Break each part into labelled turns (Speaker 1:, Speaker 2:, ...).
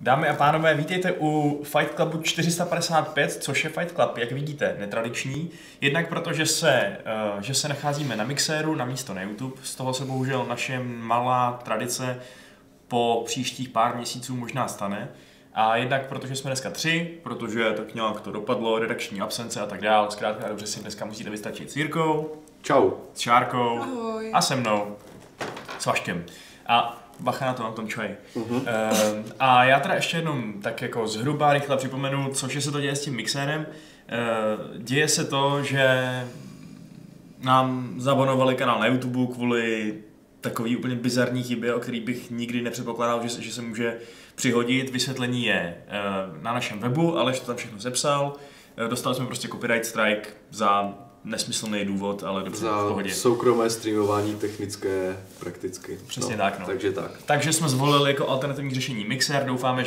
Speaker 1: Dámy a pánové, vítejte u Fight Clubu 455, což je Fight Club, jak vidíte, netradiční. Jednak protože že se nacházíme na Mixéru, na místo na YouTube. Z toho se bohužel naše malá tradice po příštích pár měsíců možná stane. A jednak protože jsme dneska 3, protože tak nějak to dopadlo, redakční absence a tak dále. Zkrátka dobře si dneska musíte vystačit s Jirkou.
Speaker 2: Čau.
Speaker 1: S Šárkou.
Speaker 3: Ahoj.
Speaker 1: A se mnou. S Vaškem. A bacha na to, na tom čaji. A já teda ještě jednou tak jako zhruba rychle připomenu, což se to děje s tím Mixérem. Děje se to, že nám zabonovali kanál na YouTube kvůli takový úplně bizarní chybě, o který bych nikdy nepředpokládal, že se může přihodit. Vysvětlení je na našem webu, ale to tam všechno sepsal. Dostali jsme prostě copyright strike za nesmyslný důvod, ale dobře, v pohodě.
Speaker 2: Za soukromé streamování technické, prakticky.
Speaker 1: Přesně tak, no.
Speaker 2: Takže tak.
Speaker 1: Takže jsme zvolili jako alternativní řešení Mixer. Doufáme,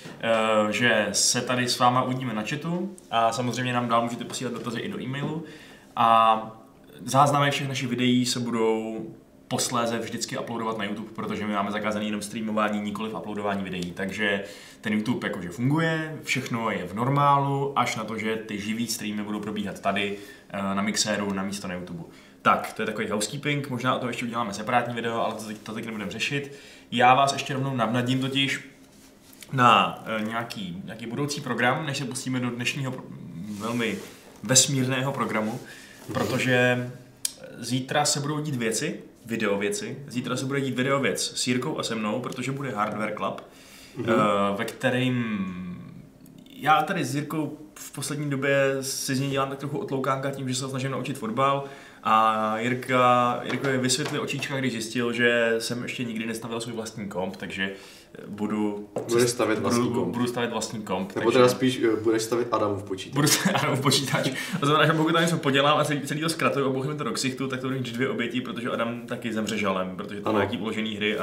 Speaker 1: že se tady s váma uvidíme na chatu a samozřejmě nám dál můžete posílat dotazy i do e-mailu. A záznamy všech našich videí se budou posléze vždycky uploadovat na YouTube, protože my máme zakázaný jenom streamování, nikoliv uploadování videí. Takže ten YouTube jakože funguje, všechno je v normálu, až na to, že ty živý streamy budou probíhat tady na Mixéru, na místo na YouTube. Tak, to je takový housekeeping, možná o tom ještě uděláme separátní video, ale to teď nebudeme řešit. Já vás ještě rovnou navnadím totiž na nějaký budoucí program, než se pustíme do dnešního velmi vesmírného programu, protože zítra se budou dít videověci. Zítra se bude dít videověc s Jirkou a se mnou, protože bude Hardware Club, ve kterým já tady s Jirkou v poslední době si z něj dělám tak trochu otloukánka tím, že se snažím naučit fotbal a Jirko je vysvětlil očička, když zjistil, že jsem ještě nikdy nestavil svůj vlastní komp, takže budu stavět vlastní komp.
Speaker 2: Nebo teda spíš budeš stavit Adamův počítač.
Speaker 1: Budu stavit Adamův počítač. To znamená, že pokud tam něco podělám a celý to zkratuju a bouchnu to do ksichtu, tak to budou 2 oběti, protože Adam taky zemře žalem, protože to má nějaký uložený hry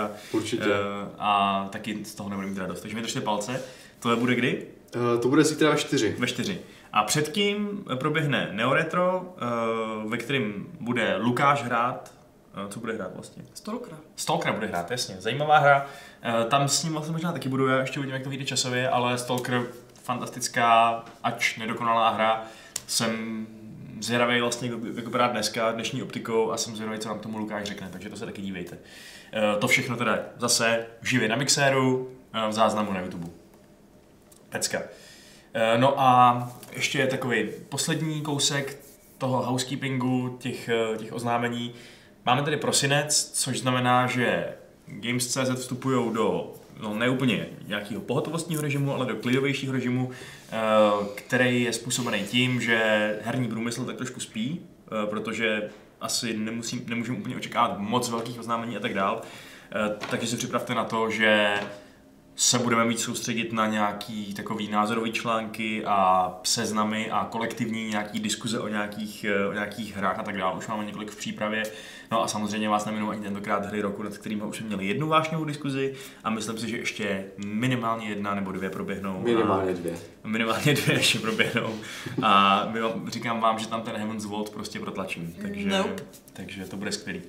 Speaker 1: a taky z toho nebudu mít radost. Takže mi držte palce. Tohle bude kdy?
Speaker 2: To bude zítra ve 4.
Speaker 1: Ve 4. A předtím proběhne Neoretro, ve kterém bude Lukáš hrát. Co bude hrát vlastně? Stalkera bude hrát, jasně. Zajímavá hra. Tam s ním vlastně možná taky budu, já ještě uvidím, jak to vyjde časově, ale Stalker fantastická, ač nedokonalá hra. Jsem zvědavý vlastně, jak vypadá dneska, dnešní optikou a jsem zvědavý, co nám tomu Lukáš řekne, takže to se taky dívejte. To všechno teda zase živě na Mixéru, v záznamu na YouTube. Pecka. No a ještě je takový poslední kousek toho housekeepingu, těch oznámení. Máme tady prosinec, což znamená, že Games.cz vstupují do neúplně nějakého pohotovostního režimu, ale do klidovějšího režimu, který je způsobený tím, že herní průmysl tak trošku spí, protože asi nemůžeme úplně očekávat moc velkých oznámení a tak dál. Takže si připravte na to, že se budeme mít soustředit na nějaký takový názorový články a seznamy a kolektivní nějaký diskuze o nějakých hrách a tak dále. Už máme několik v přípravě. No a samozřejmě vás neminou ani tentokrát hry roku, nad kterými už jsme měli jednu vášnivou diskuzi a myslím si, že ještě minimálně 1 nebo 2 proběhnou. Minimálně 2 ještě proběhnou. A říkám vám, že tam ten Heaven's Vault prostě protlačím. Takže to bude skvělý.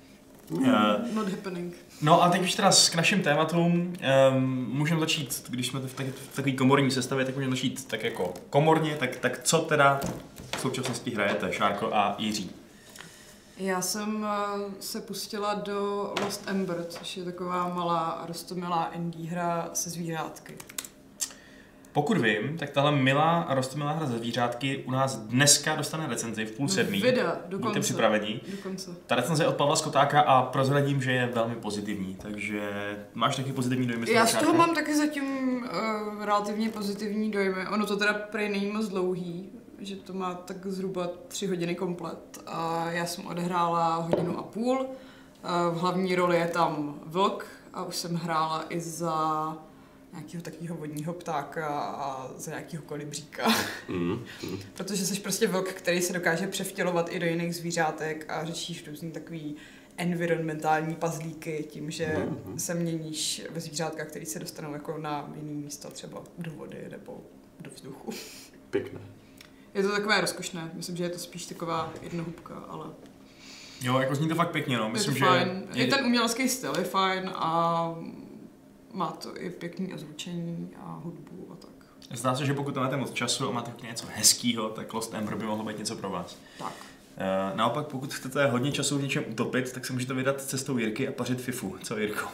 Speaker 3: Not happening.
Speaker 1: No a teď už teda k našim tématům můžeme začít, když jsme v takový komorní sestavě, tak můžeme začít tak jako komorně, tak co teda v současnosti hrajete, Šárko a Jiří?
Speaker 3: Já jsem se pustila do Lost Ember, což je taková malá roztomilá indie hra se zvířátky.
Speaker 1: Pokud vím, tak tahle milá a roztomilá hra ze zvířátky u nás dneska dostane recenzi v 6:30. Buďte připraveni.
Speaker 3: Dokonce.
Speaker 1: Ta recenze je od Pavla Skotáka a prozradím, že je velmi pozitivní, takže máš taky pozitivní dojmy?
Speaker 3: Já z toho mám taky zatím relativně pozitivní dojmy. Ono to teda prej není moc dlouhý, že to má tak zhruba 3 hodiny komplet a já jsem odehrála 1,5 hodiny. V hlavní roli je tam vlk a už jsem hrála i za nějakého takového vodního ptáka a za nějakého kolibříka. Protože jsi prostě vlk, který se dokáže převtělovat i do jiných zvířátek a řešíš různý takový environmentální pazlíky tím, že se měníš ve zvířátka, který se dostanou jako na jiný místo, třeba do vody nebo do vzduchu.
Speaker 2: Pěkné.
Speaker 3: Je to takové rozkošné. Myslím, že je to spíš taková jednohubka, ale...
Speaker 1: Jo, jako zní to fakt pěkně, no. Myslím,
Speaker 3: je to fajn. I ten umělecký styl je fajn a má to i pěkný ozvučení a hudbu a tak.
Speaker 1: Zdá se, že pokud máte moc času a máte něco hezkýho, tak Lost Ember by mohlo být něco pro vás.
Speaker 3: Tak.
Speaker 1: Naopak, pokud chcete hodně času v něčem utopit, tak se můžete vydat cestou Jirky a pařit fifu. Co, Jirko?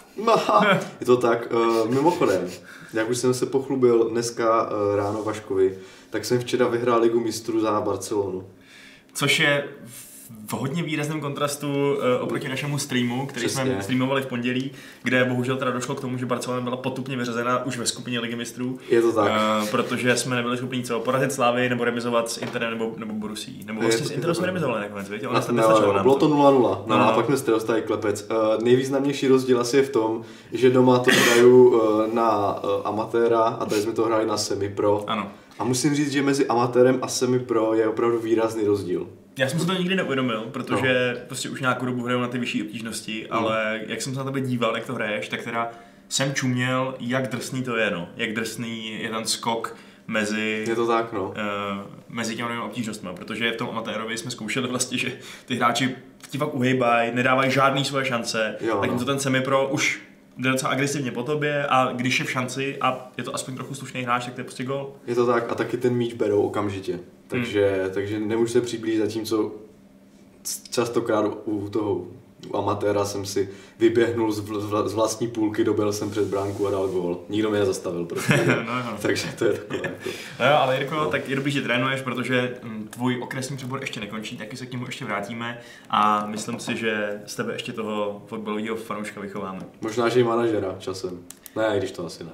Speaker 2: Je to tak. Mimochodem, jak už jsem se pochlubil dneska ráno Vaškovi, tak jsem včera vyhrál Ligu mistrů za Barcelonu.
Speaker 1: Což je v hodně výrazném kontrastu oproti našemu streamu, který jsme streamovali v pondělí, kde bohužel teda došlo k tomu, že Barcelona byla potupně vyřazena už ve skupině Ligy mistrů.
Speaker 2: Je to tak.
Speaker 1: Protože jsme nebyli schopni porazit Slávy nebo remizovat s Interem nebo Borussií. Nebo vlastně s Interem jsme remizovali nakonec, víte?
Speaker 2: Bylo to 0-0, no, a pak jsme jste dostali klepec. Nejvýznamnější rozdíl asi je v tom, že doma to hraju na amatéra a tady jsme to hráli na semi-pro.
Speaker 1: Ano.
Speaker 2: A musím říct, že mezi amatérem a semi-pro je opravdu výrazný rozdíl.
Speaker 1: Já jsem se to nikdy neuvědomil, protože prostě už nějakou dobu hraju na ty vyšší obtížnosti, ale jak jsem se na tebe díval, jak to hraješ, tak teda jsem čuměl, jak drsný to je, no. Jak drsný je ten skok mezi,
Speaker 2: je to tak, no.
Speaker 1: Mezi těmi obtížnostmi, protože v tom amatérovi jsme zkoušeli vlastně, že ty hráči ti fakt uhejbají, nedávají žádný svoje šance, tak jim to ten semi-pro už jde docela agresivně po tobě a když je v šanci a je to aspoň trochu slušný hráč, tak to je prostě gol.
Speaker 2: Je to tak a taky ten míč berou okamžitě, takže nemůžu se přiblížit, zatímco častokrát u amatéra jsem si vyběhnul z vlastní půlky, dobil jsem před bránku a dal gól. Nikdo mě nezastavil prostě.
Speaker 1: no.
Speaker 2: Takže to je takové. Jako.
Speaker 1: No jo, ale Jirko, tak je dobrý, že trénuješ, protože tvůj okresní přebor ještě nekončí, taky se k němu ještě vrátíme a myslím si, že z tebe ještě toho fotbalového fanouška vychováme.
Speaker 2: Možná, že i manažera časem. Ne, když to asi ne.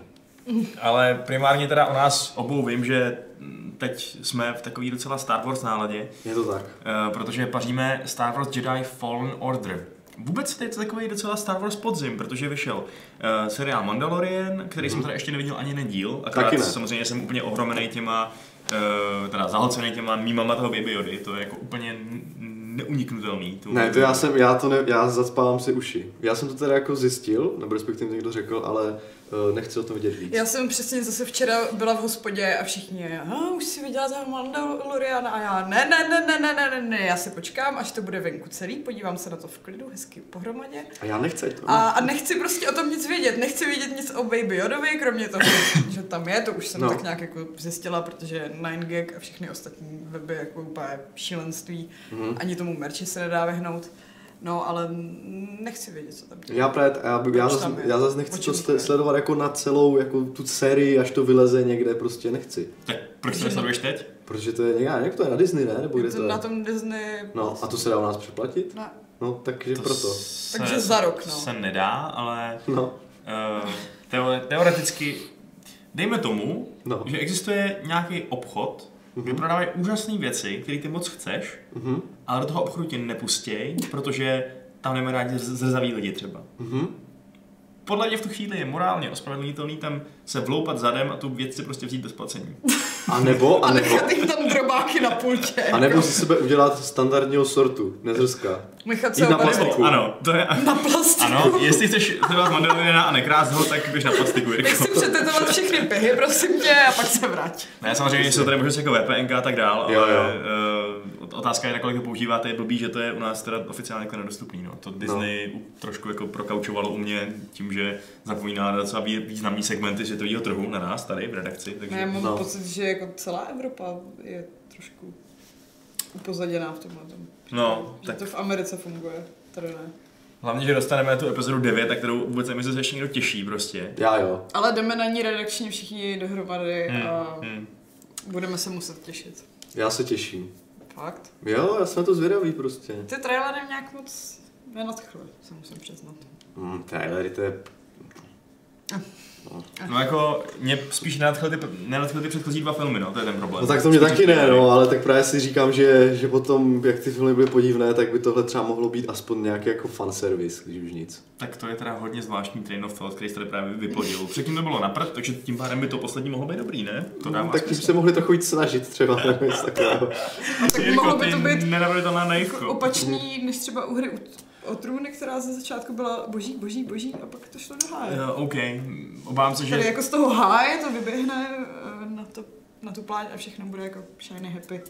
Speaker 1: Ale primárně teda o nás obou vím, že teď jsme v takový docela Star Wars náladě.
Speaker 2: Je to tak.
Speaker 1: Protože paříme Star Wars Jedi Fallen Order. Vůbec je to takový docela Star Wars podzim, protože vyšel seriál Mandalorian, který jsem teda ještě neviděl ani jeden díl. Akorát samozřejmě jsem úplně ohromený těma, teda zahlcený těma mýmama toho Baby Yody. To je jako úplně neuniknutelný.
Speaker 2: Ne, to já zacpávám si uši. Já jsem to teda jako zjistil, nebo respektive někdo řekl, ale nechci o tom vidět víc.
Speaker 3: Já jsem přesně zase včera byla v hospodě a všichni, už si viděla toho Mandaloriana a já ne, já si počkám, až to bude venku celý, podívám se na to v klidu, hezky pohromadě.
Speaker 2: A já nechci to.
Speaker 3: A nechci prostě o tom nic vědět, nechci vědět nic o Baby Yodovi, kromě toho, že tam je, to už jsem tak nějak jako zjistila, protože 9gag a všechny ostatní weby jako úplně šílenství, ani tomu merči se nedá vyhnout. No, ale nechci vědět, co tam dělá.
Speaker 2: Já zase nechci to sledovat jako na celou jako tu sérii, až to vyleze někde, prostě nechci.
Speaker 1: Tak proč to sleduješ teď?
Speaker 2: Protože to je někde, to je na Disney, ne? Nebo kde to je?
Speaker 3: Na tom Disney...
Speaker 2: No, a to se dá u nás přeplatit?
Speaker 3: Ne.
Speaker 2: No, takže to proto.
Speaker 3: Takže za rok, no.
Speaker 1: Se nedá, ale teoreticky, dejme tomu, že existuje nějaký obchod, kde prodávají úžasné věci, které ty moc chceš, ale do toho obchodu tě nepustěj, protože tam nemají rádi zrzaví lidi třeba. Podle mě v tu chvíli je morálně ospravedlnitelný tam se vloupat zadem a tu věc si prostě vzít bez placení.
Speaker 2: A nebo
Speaker 3: nechat jim tam drobáky na pultě.
Speaker 2: A nebo si sebe udělat standardního sortu, nezrzka.
Speaker 3: Nechat
Speaker 2: se na plastiku.
Speaker 1: Ano, to je...
Speaker 3: Na plastiku.
Speaker 1: Ano, jestli chceš sledovat Mandaloriana a nekrást ho, tak běž na plastiku.
Speaker 3: Tak si přetetovat všechny pehy, prosím tě, a pak se vrať.
Speaker 1: Ne, samozřejmě jsou tady možná jako VPNK a tak dál, ale otázka je, nakolik to používáte, je blbý, že to je u nás teda oficiálně jako nedostupný. No. To Disney trošku jako prokaučovalo u mě tím, že zapomíná na docela významný segmenty světového trhu na nás tady v redakci. Takže...
Speaker 3: Já mám pocit, že jako celá Evropa je trošku upozaděná v tomhle.
Speaker 1: No,
Speaker 3: že tak... to v Americe funguje, tady ne.
Speaker 1: Hlavně, že dostaneme tu epizodu 9, a kterou vůbec nevím, že se ještě někdo těší prostě.
Speaker 2: Já jo.
Speaker 3: Ale jdeme na ní redakčně všichni dohromady a budeme se muset těšit.
Speaker 2: Já se těším.
Speaker 3: Fakt?
Speaker 2: Jo, já jsem na to zvědavý prostě.
Speaker 3: Ty trailery nějak moc nenadchly, se musím přiznat.
Speaker 2: Trailery to je...
Speaker 1: No jako, mě spíš nenadchly ty předchozí 2 filmy, no, to je ten problém.
Speaker 2: No tak to mě taky ne, no, ale tak právě si říkám, že potom, jak ty filmy byly podivné, tak by tohle třeba mohlo být aspoň nějaký jako fanservice, když už nic.
Speaker 1: Tak to je teda hodně zvláštní train of thought, který jste právě vyplodil. Předtím to bylo na prd, takže tím pádem by to poslední mohlo být dobrý, ne? To dává
Speaker 2: tak tím se mohli trochu jít snažit třeba, nebo něco takového.
Speaker 3: Tak mohlo by to být
Speaker 1: nenaveditelná naivko.
Speaker 3: Opačný, než třeba u hry o trůny, která ze začátku byla boží a pak to šlo do háje.
Speaker 1: OK, obávám se, že...
Speaker 3: Tady jako z toho háje to vyběhne na tu pláň a všechno bude jako shiny happy.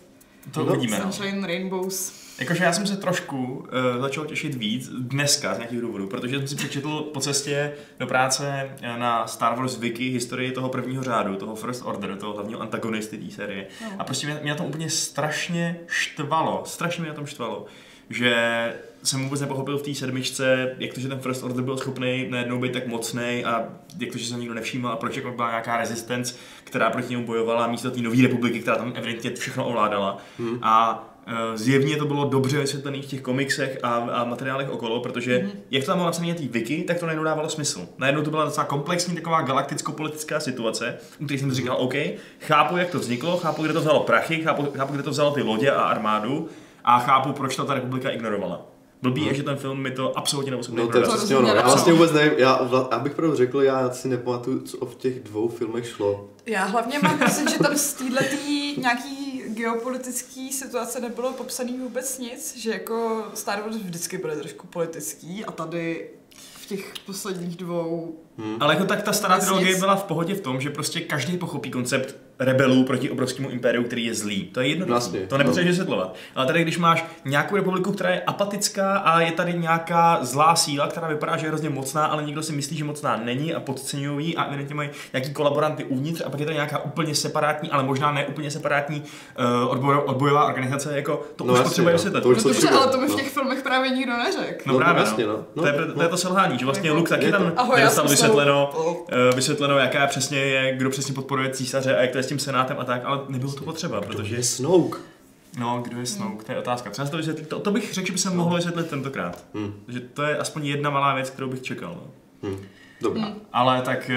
Speaker 1: To uvidíme.
Speaker 3: Sunshine Rainbows.
Speaker 1: Jakože já jsem se trošku začal těšit víc dneska z nějakých důvodů, protože jsem si přečetl po cestě do práce na Star Wars Wiki historii toho prvního řádu, toho First Order, toho hlavního antagonisty té série. A prostě mě na tom úplně strašně mě na tom štvalo, že jsem vůbec nepochopil v té sedmičce, jak to, že ten First Order byl schopný najednou být tak mocnej a jak to, že se nikdo nevšímal a proč jako byla nějaká resistance, která proti němu bojovala místo té nové republiky, která tam evidentně všechno ovládala. A zjevně to bylo dobře vysvětlené v těch komiksech a materiálech okolo, protože jak to tam bylo napsané na té wiki, tak to najednou dávalo smysl. Najednou to byla docela komplexní taková galakticko-politická situace, u které jsem si říkal, OK, chápu, jak to vzniklo, chápu, kde to vzalo prachy, chápu, kde to vzalo ty lodě a armádu a chápu, proč to ta republika ignorovala. Blbý je, že ten film mi to absolutně nemusím
Speaker 2: No to je přesně ono. Já vlastně vůbec nevím, já bych pravdu řekl, já si nepamatuju, co v těch 2 filmech šlo.
Speaker 3: Já hlavně mám pocit, že tam z téhletý nějaký geopolitický situace nebylo popsaný vůbec nic, že jako Star Wars vždycky byly trošku politický a tady v těch posledních 2
Speaker 1: Ale jako tak ta stará trilogie byla v pohodě v tom, že prostě každý pochopí koncept rebelů proti obrovskému impériu, který je zlý. To je jednoduché. Vlastně, to nepotřebuješ vysvětlovat. Ale tady, když máš nějakou republiku, která je apatická a je tady nějaká zlá síla, která vypadá, že je hrozně mocná, ale někdo si myslí, že mocná není a podceňují ji a evidentně mají nějaký kolaboranty uvnitř a pak je to nějaká úplně separátní, ale možná ne úplně separátní odbojová organizace, jako to už potřebuje vysvětlit.
Speaker 3: Dobře, ale to by v těch filmech právě nikdo neřekl.
Speaker 1: No právě, to je to selhání, že vlastně Luke taky tam nedostal vysvětleno, jaká přesně je, kdo přesně podporuje císaře a jak to je s tím senátem a tak, ale nebylo to potřeba, protože...
Speaker 2: Kdo je Snoke?
Speaker 1: No, kdo je Snoke, to je otázka. Třeba to vysvětlit, to bych řekl, že by se mohl vysvětlit tentokrát. Takže to je aspoň jedna malá věc, kterou bych čekal.
Speaker 2: Dobrá.
Speaker 1: Ale tak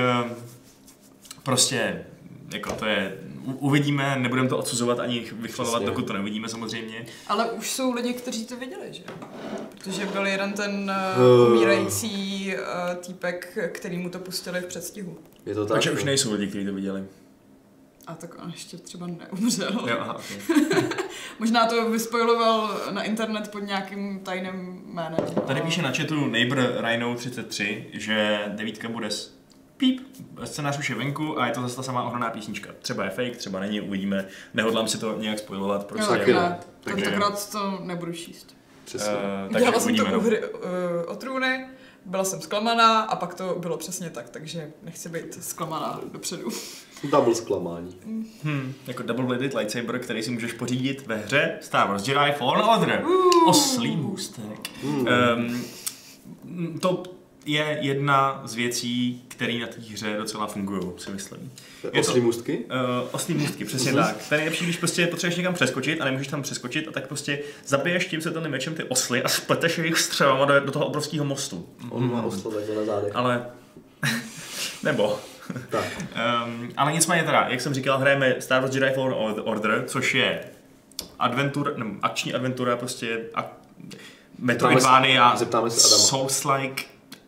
Speaker 1: prostě, jako to je... Uvidíme, nebudeme to odsuzovat ani vychvalovat, dokud to neuvidíme samozřejmě.
Speaker 3: Ale už jsou lidi, kteří to viděli, že? Protože byl jeden ten umírající týpek, který mu to pustili v předstihu.
Speaker 2: Je to tak?
Speaker 1: Takže už nejsou lidi, kteří to viděli.
Speaker 3: A tak on ještě třeba neumřel.
Speaker 1: Jo, aha, okay.
Speaker 3: Možná to vyspojiloval na internet pod nějakým tajným jménem.
Speaker 1: Tady píše na chatu Neighbor Rhino 33, že 9 bude píp, scénář už je venku a je to zase ta samá ohromná písnička. Třeba je fake, třeba není, uvidíme. Nehodlám si to nějak spojovat. Prostě.
Speaker 3: Taky ne. Tentokrát to nebudu číst.
Speaker 2: Přesně.
Speaker 3: Dělala jsem to u hry o trůny, byla jsem zklamaná a pak to bylo přesně tak, takže nechci být zklamaná dopředu.
Speaker 2: Double zklamání.
Speaker 1: Jako double-bladed lightsaber, který si můžeš pořídit ve hře Star Wars Jedi Fallen Order. Oslý můstek. To je jedna z věcí, které na té hře docela fungují, si myslím.
Speaker 2: Oslí můstky?
Speaker 1: Oslí můstky, přesně tak. Ten je nejlepší, když prostě potřebuješ někam přeskočit a nemůžeš tam přeskočit a tak prostě zabiješ tím světelným mečem ty osly a spleteš jejich střelama do toho obrovského mostu.
Speaker 2: On má osla takhle na zádech.
Speaker 1: Ale... Nebo...
Speaker 2: Tak.
Speaker 1: Ale nicméně teda, jak jsem říkal, hrajeme Star Wars Jedi Fallen Order, což je akční adventura, prostě Metroidvania, Souls-like.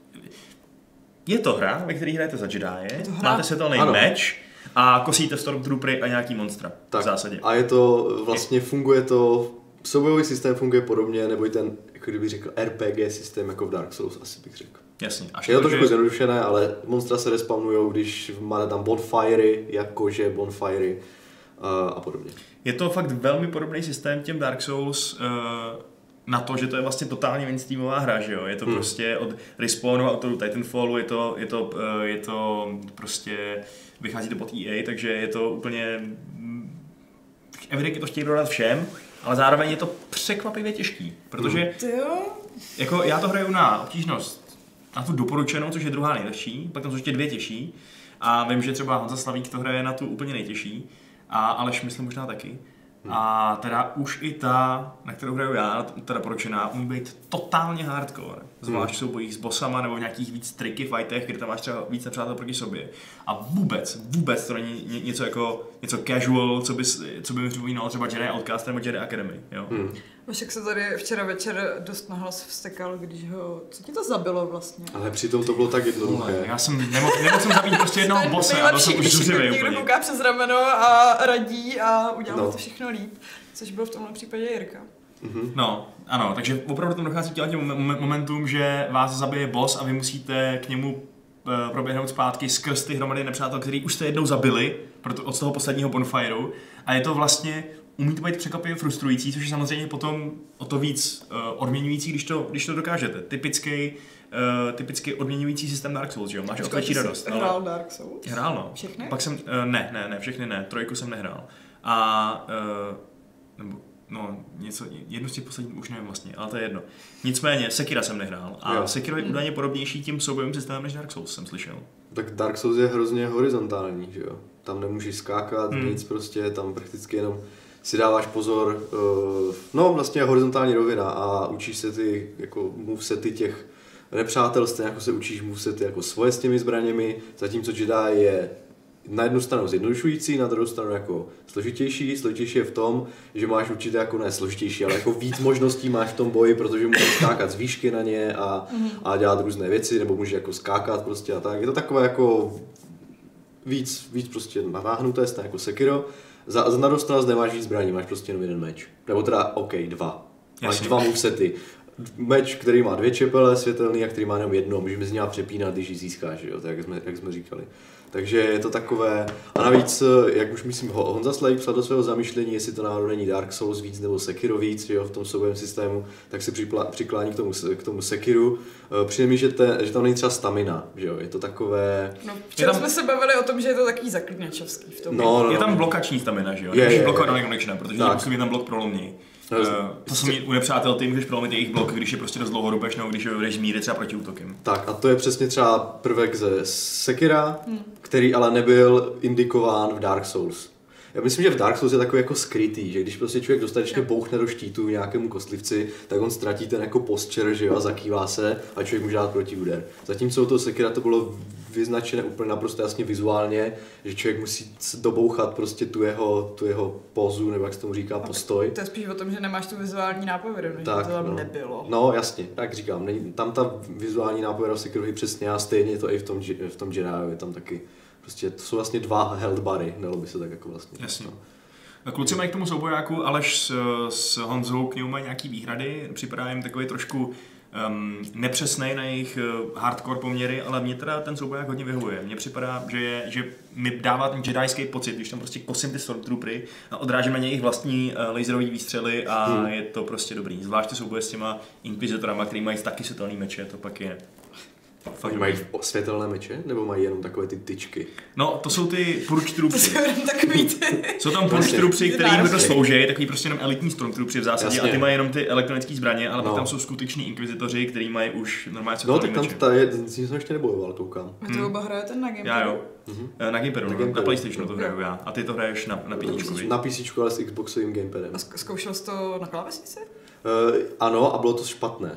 Speaker 1: Je to hra, ve které hrajete za Jedie, máte světelný meč a kosíte Stormtroopery a nějaký monstra v zásadě.
Speaker 2: A je to, vlastně funguje to, soubojový systém funguje podobně, nebo i ten, jako kdybych řekl, RPG systém jako v Dark Souls, asi bych řekl.
Speaker 1: Jasně.
Speaker 2: Je to trošku zjednodušené, ale monstra se respawnujou, když máte tam bonfiry, jakože bonfiry a podobně.
Speaker 1: Je to fakt velmi podobný systém těm Dark Souls, na to, že to je vlastně totálně mainstreamová hra, že jo? Je to prostě od Respawnu a od toho Titanfallu, je to prostě, vychází to pod EA, takže je to úplně, evidentně to chtějí dodat všem, ale zároveň je to překvapivě těžký, protože jako já to hraju na obtížnost, na tu doporučenou, což je druhá nejlehčí, pak tam jsou ještě 2 těžší a vím, že třeba Honza Slavík to hraje na tu úplně nejtěžší, a Aleš myslím možná taky. A teda už i ta, na kterou hraju já, ta doporučená, umí být totálně hardcore. Zvlášť v soubojích s bossama nebo v nějakých víc tricky fightech, kde tam máš třeba víc nepřátel proti sobě. A vůbec to není něco casual, co by mi připomínalo třeba Jedi Outcast nebo Jedi Academy. Jo?
Speaker 3: Vašek se tady včera večer dost nahlas vztekal, když ho... Co ti to zabilo vlastně?
Speaker 2: Ale přitom to bylo tak jednoduché.
Speaker 1: Já jsem nemohl jsem zabít prostě jednoho bosse a byl jsem už zuřivý úplně.
Speaker 3: Někdo kouká přes rameno a radí a udělal to všechno líp, což byl v tomhle případě Jirka.
Speaker 1: No, ano, takže opravdu tam dochází k těm momentům, že vás zabije boss a vy musíte k němu proběhnout zpátky skrz ty hromady nepřátel, který už jste jednou zabili od toho posledního bonfireu a je to vlastně umí to být překvapivě frustrující, což je samozřejmě potom o to víc odměňující, když to dokážete. Typicky odměňující systém Dark Souls, že jo? Máš o to větší radost.
Speaker 3: Hrál Dark Souls?
Speaker 1: Hrál, no.
Speaker 3: Všechny?
Speaker 1: Pak jsem, ne, všechny ne, 3 jsem nehrál. Jednu z těch posledních už nevím vlastně, ale to je jedno. Nicméně, Sekira jsem nehrál a Sekiro je údajně podobnější tím soubojovým systémem než Dark Souls, jsem slyšel.
Speaker 2: Tak Dark Souls je hrozně horizontální, že jo? Tam nemůžeš skákat, nic prostě, tam prakticky jenom si dáváš pozor, vlastně horizontální rovina a učíš se ty jako movesety těch nepřátel, stejně jako se učíš movesety jako svoje s těmi zbraněmi, zatímco Jedi je na jednu stranu zjednodušující, na druhou stranu jako složitější. Složitější je v tom, že máš určitě jako ne složitější, ale jako víc možností máš v tom boji, protože můžeš skákat z výšky na ně a dělat různé věci, nebo můžeš jako skákat prostě a tak. Je to takové jako víc prostě natáhnuté, stejně jako Sekiro. Na druhou stranu zde máš víc zbraní, máš prostě jenom jeden meč. Nebo teda, dva. Máš 2 movesety. Meč, který má 2 čepele světelný a který má jenom jedno, můžeme z něj přepínat, když ji získáš, jo? Tak jak jsme říkali. Takže je to takové, a navíc, jak už myslím, Honza Slejk psal do svého zamýšlení, jestli to náhodou není Dark Souls víc nebo Sekiro víc, jo, v tom soubojovém systému, tak se přiklání k tomu Sekiru. Přijde mi, že tam není třeba stamina, že jo, je to takové...
Speaker 3: No, včera jsme se bavili o tom, že je to takový zaklínačovský v tom.
Speaker 1: Je tam blokační stamina, že jo, můžeš blokovat do nekonečna, protože musí tam blok prolomný. To jsou u nepřátel, ty můžeš prolomit jejich blok, když je prostě dost dlouho rubeš, nebo když jdeš míry třeba proti útokem.
Speaker 2: Tak a to je přesně třeba prvek ze Sekira, který ale nebyl indikován v Dark Souls. Já myslím, že v Dark Souls je takový jako skrytý, že když prostě člověk dostatečně bouchne do štítu nějakému kostlivci, tak on ztratí ten jako posture, že jo, a zakývá se a člověk může dát protiúder. Zatímco u toho Sekira to bylo vyznačené úplně naprosto jasně vizuálně, že člověk musí dobouchat prostě tu jeho pózu, nebo jak se tomu říká, postoj.
Speaker 3: To je spíš o tom, že nemáš tu vizuální nápovědu, že to tam nebylo.
Speaker 2: No jasně, tak říkám, tam ta vizuální nápověda v Sekiru je přesně a stejně to i v tom Jedi je tam taky. Prostě to jsou vlastně 2 health bary, dalo by se tak jako vlastně.
Speaker 1: Jasně. Kluci mají k tomu soubojáku, Aleš s Honzou k němu mají nějaký výhrady, připadá jim takový trošku nepřesnej na jejich hardcore poměry, ale mně teda ten souboják hodně vyhovuje. Mně připadá, že mi dává ten jedajský pocit, když tam prostě kosím ty stormtroopery a odrážím na ně jejich vlastní laserový výstřely a je to prostě dobrý. Zvlášť ty souboje s těma inkvizitorama, který mají taky světelný meče, to pak je...
Speaker 2: Fakt mají světelné meče? Nebo mají jenom takové ty tyčky?
Speaker 1: No, to jsou ty Purge Troopři.
Speaker 3: Jsou
Speaker 1: tam Purge Troopři, který jim to slouží, takový prostě jenom elitní Stormtroopři v zásadě. Jasně. A ty mají jenom ty elektronické zbraně, ale pak tam jsou skuteční inkvizitoři, který mají už normálně světelné meče.
Speaker 2: No, tak tam s tím jsem ještě nebojoval, koukám.
Speaker 3: A to oba hrajete na Gamepadu?
Speaker 1: Já jo. Na Gamepadu, na PlayStationu to hraju já. A ty to hraješ na PC.
Speaker 2: Na PC, ale s Xboxovým Gamepadem.
Speaker 3: A zkoušel jsi to na klávesnici?
Speaker 2: Ano, a bylo to špatné.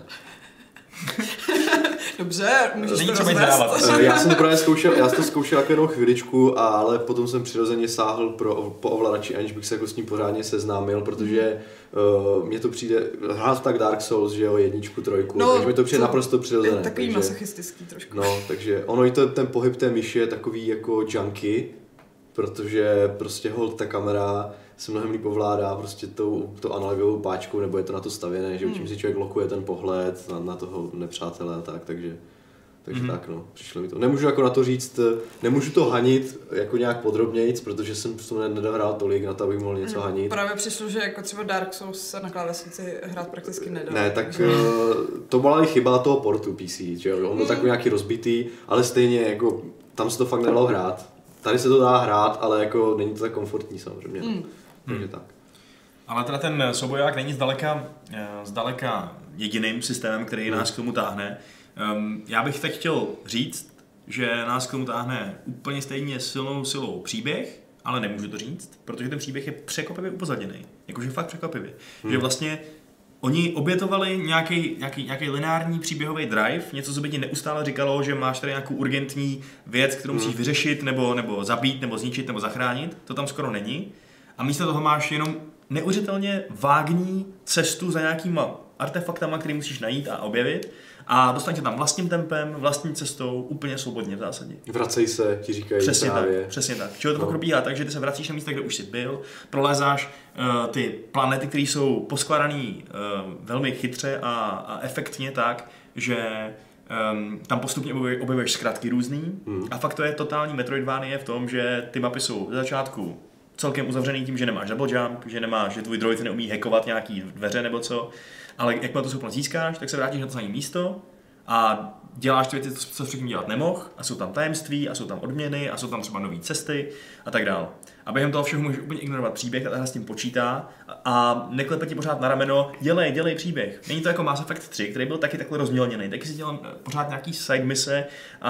Speaker 3: Dobře, můžeš
Speaker 1: to
Speaker 3: rozvést.
Speaker 2: Já jsem to právě zkoušel jako jenom chviličku, ale potom jsem přirozeně sáhl po ovladači, aniž bych se jako s ním pořádně seznámil, protože mně to přijde, hrát tak Dark Souls, že jo, 1, 3, takže mi to přijde naprosto přirozené.
Speaker 3: Takový masochistický trošku.
Speaker 2: No, takže ono i ten pohyb té myši je takový jako junky, protože prostě hold ta kamera se mnohem líp ovládá prostě tou analogovou páčkou, nebo je to na to stavěné, že čím si člověk lokuje ten pohled na toho nepřátele a tak, takže tak no, přišlo mi to. Nemůžu jako na to říct, nemůžu to hanit jako nějak podrobnějc, protože jsem v tom nedohrál tolik na to, abych mohl něco hanit.
Speaker 3: Právě přišlo, že jako třeba Dark Souls se na klávesnici hrát prakticky nedá.
Speaker 2: Ne, tak to byla i chyba toho portu PC, že jo, on byl takový nějaký rozbitý, ale stejně jako tam se to fakt nedalo hrát. Tady se to dá hrát, ale jako není to tak komfortní samozřejmě. Takže tak.
Speaker 1: Ale teda ten souboják není zdaleka jediným systémem, který nás k tomu táhne. Já bych tak chtěl říct, že nás k tomu táhne úplně stejně silnou silou příběh, ale nemůžu to říct, protože ten příběh je překvapivě upozaděný. Jakože fakt překvapivě. Že vlastně oni obětovali nějaký lineární příběhový drive, něco, co by ti neustále říkalo, že máš tady nějakou urgentní věc, kterou musíš vyřešit, nebo zabít, nebo zničit, nebo zachránit. To tam skoro není. A místo toho máš jenom neuvěřitelně vágní cestu za nějakýma artefaktama, který musíš najít a objevit. A dostane tě tam vlastním tempem, vlastní cestou, úplně svobodně v zásadě.
Speaker 2: Vracej se, ti říkají
Speaker 1: přesně
Speaker 2: právě.
Speaker 1: Tak, přesně tak. Čeho to pak probíhá tak, že ty se vracíš na místa, kde už jsi byl, prolézáš ty planety, které jsou poskládané velmi chytře a efektně tak, že tam postupně objevuješ zkratky různý. A fakt to je totální Metroidvania v tom, že ty mapy jsou ze začátku celkem uzavřený tím, že nemáš double jump, že tvůj droid neumí hackovat nějaký dveře nebo co, ale jakmile tu schopnost získáš, tak se vrátíš na to samé místo a děláš ty věci, co předtím dělat nemohl, a jsou tam tajemství, a jsou tam odměny, a jsou tam třeba nové cesty a tak dál. A během toho všeho můžeš úplně ignorovat příběh a ta hra s tím počítá a neklepe ti pořád na rameno, dělej příběh. Není to jako Mass Effect 3, který byl taky takhle rozmělněný, taky si dělal pořád nějaký side mise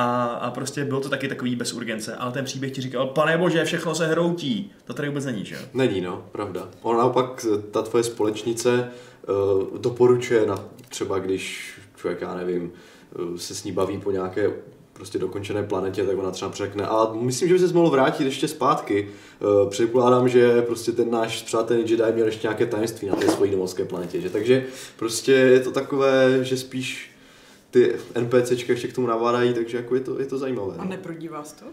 Speaker 1: a prostě bylo to taky takový bez urgence, ale ten příběh ti říkal, pane bože, všechno se hroutí. To tady vůbec není, že jo?
Speaker 2: Není, no, pravda. Ono naopak, ta tvoje společnice doporučuje, třeba když člověk, já nevím, se s ní baví po nějaké prostě dokončené planetě, tak ona třeba řekne, a myslím, že by se mohl vrátit ještě zpátky. Předpokládám, že prostě ten náš spřátelný Jedi měl ještě nějaké tajemství na té svojí domovské planetě, že? Takže prostě je to takové, že spíš ty NPCčka ještě k tomu navádají, takže jako je to zajímavé.
Speaker 3: A neprudí vás to?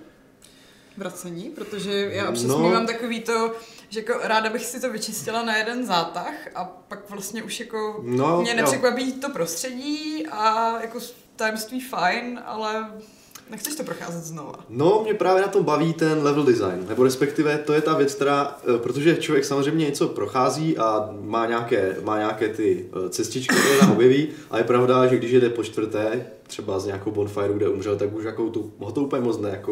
Speaker 3: Vracení, protože já občas mám takový to, že jako ráda bych si to vyčistila na jeden zátah a pak vlastně už jako mě nepřekvapí to prostředí a jako tajemství fajn, ale nechceš to procházet znova.
Speaker 2: No, mě právě na tom baví ten level design, nebo respektive to je ta věc, která, protože člověk samozřejmě něco prochází a má nějaké ty cestičky, které tam objeví, a je pravda, že když jede po čtvrté, třeba z nějakou bonfireu, kde umřel, tak už jako ho to úplně moc ne,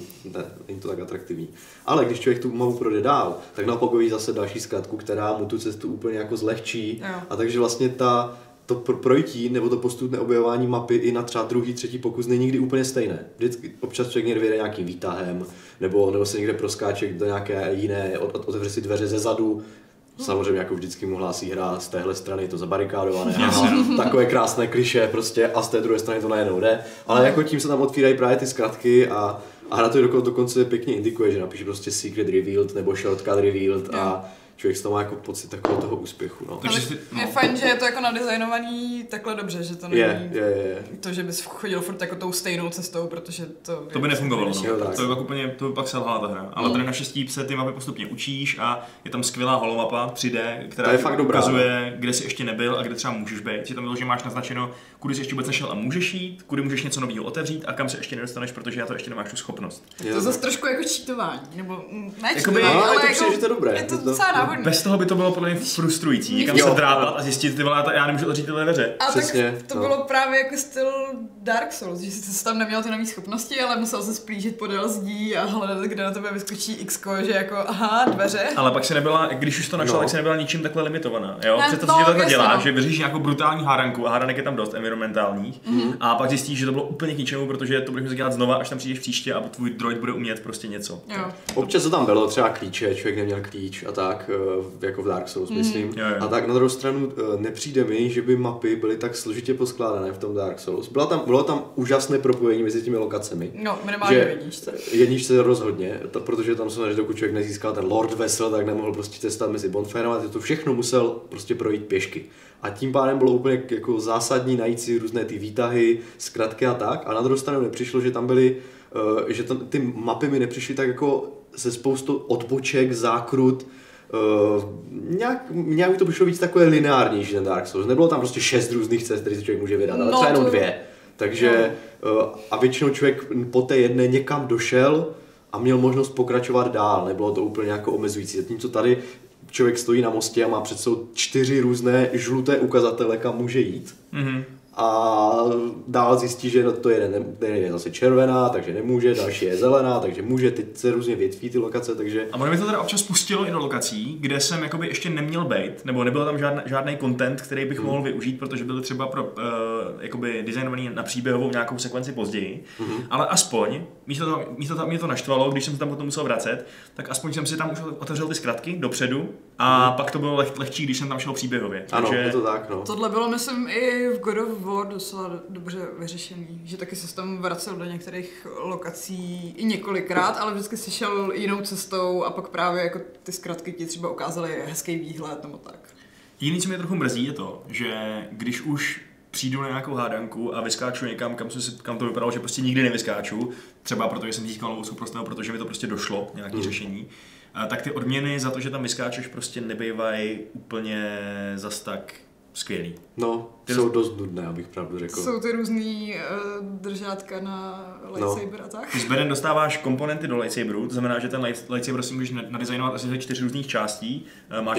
Speaker 2: není to tak atraktivní. Ale když člověk tu mapu projde dál, tak naopak objeví zase další zkratku, která mu tu cestu úplně jako zlehčí. Jo. A takže vlastně to projití nebo to postupné objevování mapy i na třeba druhý, třetí pokus není nikdy úplně stejné. Vždycky občas člověk někde vyjede nějakým výtahem, nebo se někde proskáče do nějaké jiné, otevře si dveře ze zadu. Samozřejmě jako vždycky mu hlásí hra z téhle strany je to zabarikádované, takové krásné klišé prostě a z té druhé strany to najednou jde. Ale jako tím se tam otvírají právě ty zkratky a hra to dokonce pěkně indikuje, že napíše prostě secret revealed nebo shortcut revealed a člověk z toho má jako pocit takového toho úspěchu. No.
Speaker 3: Je fajn, že je to jako nadizajnovaný takhle dobře, že to není to, že bys chodil furt jako tou stejnou cestou, protože
Speaker 1: to by nefungovalo. No. To by pak selhala ta hra. Ale tady naštěstí se ty mapy postupně učíš a je tam skvělá holomapa 3D, která ukazuje, kde jsi ještě nebyl a kde třeba můžeš být. Že tam bylo, že máš naznačeno, kudy jsi ještě vůbec nešel a můžeš jít, kudy můžeš něco nového otevřít a kam se ještě nedostaneš, protože já to ještě nemáš tu schopnost.
Speaker 3: To zase trošku jako cheatování, nebo ne
Speaker 2: ale je to dobré.
Speaker 3: Je to docela náhodný.
Speaker 1: Bez toho by to bylo podle mě frustrující, někam se drápat a zjistit, ty vole, já nemůžu otevřít tyhle dveře.
Speaker 3: A přesně, tak to bylo právě jako styl Dark Souls, že jsi tam neměl ty nové schopnosti, ale musel se splížit podél zdí a hledat, kde na tebe vyskočí X-ko, že jako dveře.
Speaker 1: Ale pak si nebyla, když už to našla, tak si nebyla ničím takhle limitovaná, jo? Představ si, že takhle děláš, že vyříš nějakou brutální hádanku a hádanek je tam dost environmentálních a pak zjistíš, že to bylo úplně k ničemu, protože to budeš muset dělat znova, až tam přijdeš příště a tvůj droid bude umět prostě něco.
Speaker 2: Občas to tam bylo, třeba klíče, člověk neměl klíč a tak, jako v Dark Souls, myslím. A tak na druhou stranu nepřijde mi, že by mapy byly tak složitě poskládané v tom Dark Souls. Bylo tam úžasné propojení mezi těmi lokacemi.
Speaker 3: No, minimálně v jedničce.
Speaker 2: Jedničce rozhodně, protože tam se dokud člověk nezískal ten Lord Vessel, tak nemohl prostě cestovat mezi bonfirem a to všechno musel prostě projít pěšky. A tím pádem bylo úplně jako zásadní najít si různé ty výtahy, zkratky a tak. A na druhou stranu nepřišlo, že tam byly, že ty mapy mi nepřišly tak jako se spoustou odboček, zákrut. Nějak to přišlo víc takové lineárnější ten Dark Souls. Nebylo tam prostě 6 různých cest, které si člověk může vydat, ale třeba jenom 2. Takže a většinou člověk po té jedné někam došel a měl možnost pokračovat dál. Nebylo to úplně jako omezující. Zatímco tady člověk stojí na mostě a má před sebou 4 různé žluté ukazatele, kam může jít. A dál zjistí, že to jeden je zase červená, takže nemůže, další je zelená, takže může, teď se různě větví ty lokace, takže...
Speaker 1: A ono mi to teda občas pustilo i do lokací, kde jsem jakoby ještě neměl být, nebo nebyl tam žádný content, který bych mohl využít, protože byly třeba jakoby designovaný na příběhovou nějakou sekvenci později, ale aspoň, mě to naštvalo, když jsem se tam potom musel vracet, tak aspoň jsem si tam už otevřel ty zkratky dopředu a pak to bylo lehčí, když jsem tam šel příběhově.
Speaker 2: Ano, je to tak, no.
Speaker 3: Tohle bylo, myslím, i v God of War docela dobře vyřešený, že taky se tam vracel do některých lokací i několikrát, ale vždycky si šel jinou cestou a pak právě jako ty zkratky ti třeba ukázaly hezký výhled nebo tak.
Speaker 1: Jediný, co mě trochu mrzí, je to, že když už přijdu na nějakou hádanku a vyskáču někam, kam to vypadalo, že prostě nikdy nevyskáču, třeba protože jsem získal novou schopnost, nebo protože mi to prostě došlo, nějaké řešení, tak ty odměny za to, že tam vyskáčeš, prostě nebývají úplně zas tak skvělý.
Speaker 2: No, jsou dost nudné, abych pravdu řekl.
Speaker 3: Jsou ty různý držátka na lightsaber a tak.
Speaker 1: S bedem dostáváš komponenty do lightsaberu, to znamená, že ten lightsaber si můžeš nadizajnovat asi ze 4 různých částí.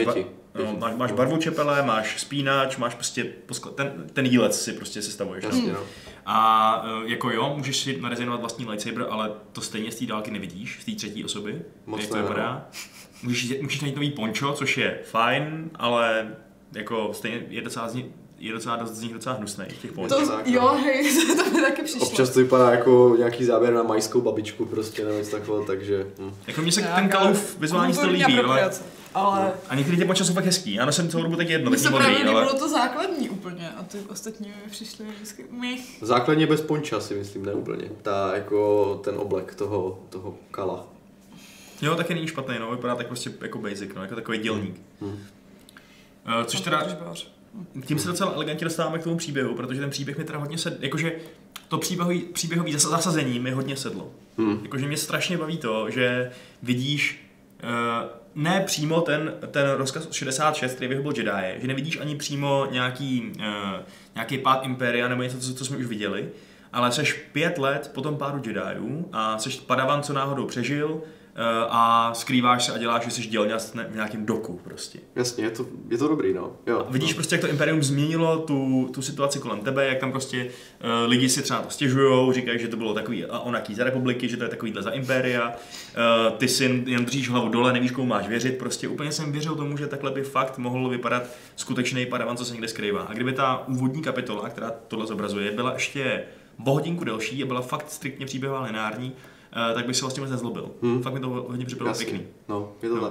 Speaker 1: Máš barvu čepele, máš spínač, máš prostě ten jílec si prostě sestavuješ.
Speaker 2: Jasně, no.
Speaker 1: A jako jo, můžeš si nadizajnovat vlastní lightsaber, ale to stejně z té dálky nevidíš, z té třetí osoby, jak to vypadá. Můžeš najít nový poncho, což je fajn, ale jako stejně je docela dost z nich docela hnusnej, těch pončů.
Speaker 3: Jo, hej, to mi taky přišlo.
Speaker 2: Občas to vypadá jako nějaký záběr na majskou babičku prostě, nebo něco takového, takže...
Speaker 1: Jako mně se ten Kalův vizuální styl líbí, ale... A některý ty ponča jsou fakt hezký, já nosím celou dobu tak jedno,
Speaker 3: tak modrý, ale... Bylo to základní úplně a ty ostatní mi přišly vždycky
Speaker 2: Základně bez ponča si myslím, ne úplně. Jako ten oblek toho Kala.
Speaker 1: Jo, taky není špatný, no, vypadá tak prostě jako basic, no, jako takový dělník. Což teda... Tím se docela elegantně dostáváme k tomu příběhu, protože ten příběh mi teda hodně sedl, jakože to příběhový zasazení mi hodně sedlo. Jakože mě strašně baví to, že vidíš ne přímo ten rozkaz 66, který vyhobil Jedi, že nevidíš ani přímo nějaký pád Imperia nebo něco, co jsme už viděli, ale seš 5 let po tom pádu Jediů a seš padavan, co náhodou přežil, a skrýváš se a děláš, že jsi dělňas v nějakém doku prostě.
Speaker 2: Jasně, je to dobrý, no. Jo.
Speaker 1: A vidíš prostě, jak to Imperium změnilo tu situaci kolem tebe, jak tam prostě lidi si třeba to stěžujou, říkají, že to bylo takový a onaký za republiky, že to je takovýhle za Imperia, ty si jen držíš hlavu dole, nevíš, komu máš věřit, prostě úplně jsem věřil tomu, že takhle by fakt mohl vypadat skutečný padavan, co se někde skrývá. A kdyby ta úvodní kapitola, která tohle zobrazuje, byla ještě o hodinku delší a byla fakt striktně příběhová lineární, tak bych se vlastně moc nezlobil. Fakt mi to hodně připadalo pěkný.
Speaker 2: No, je to tak.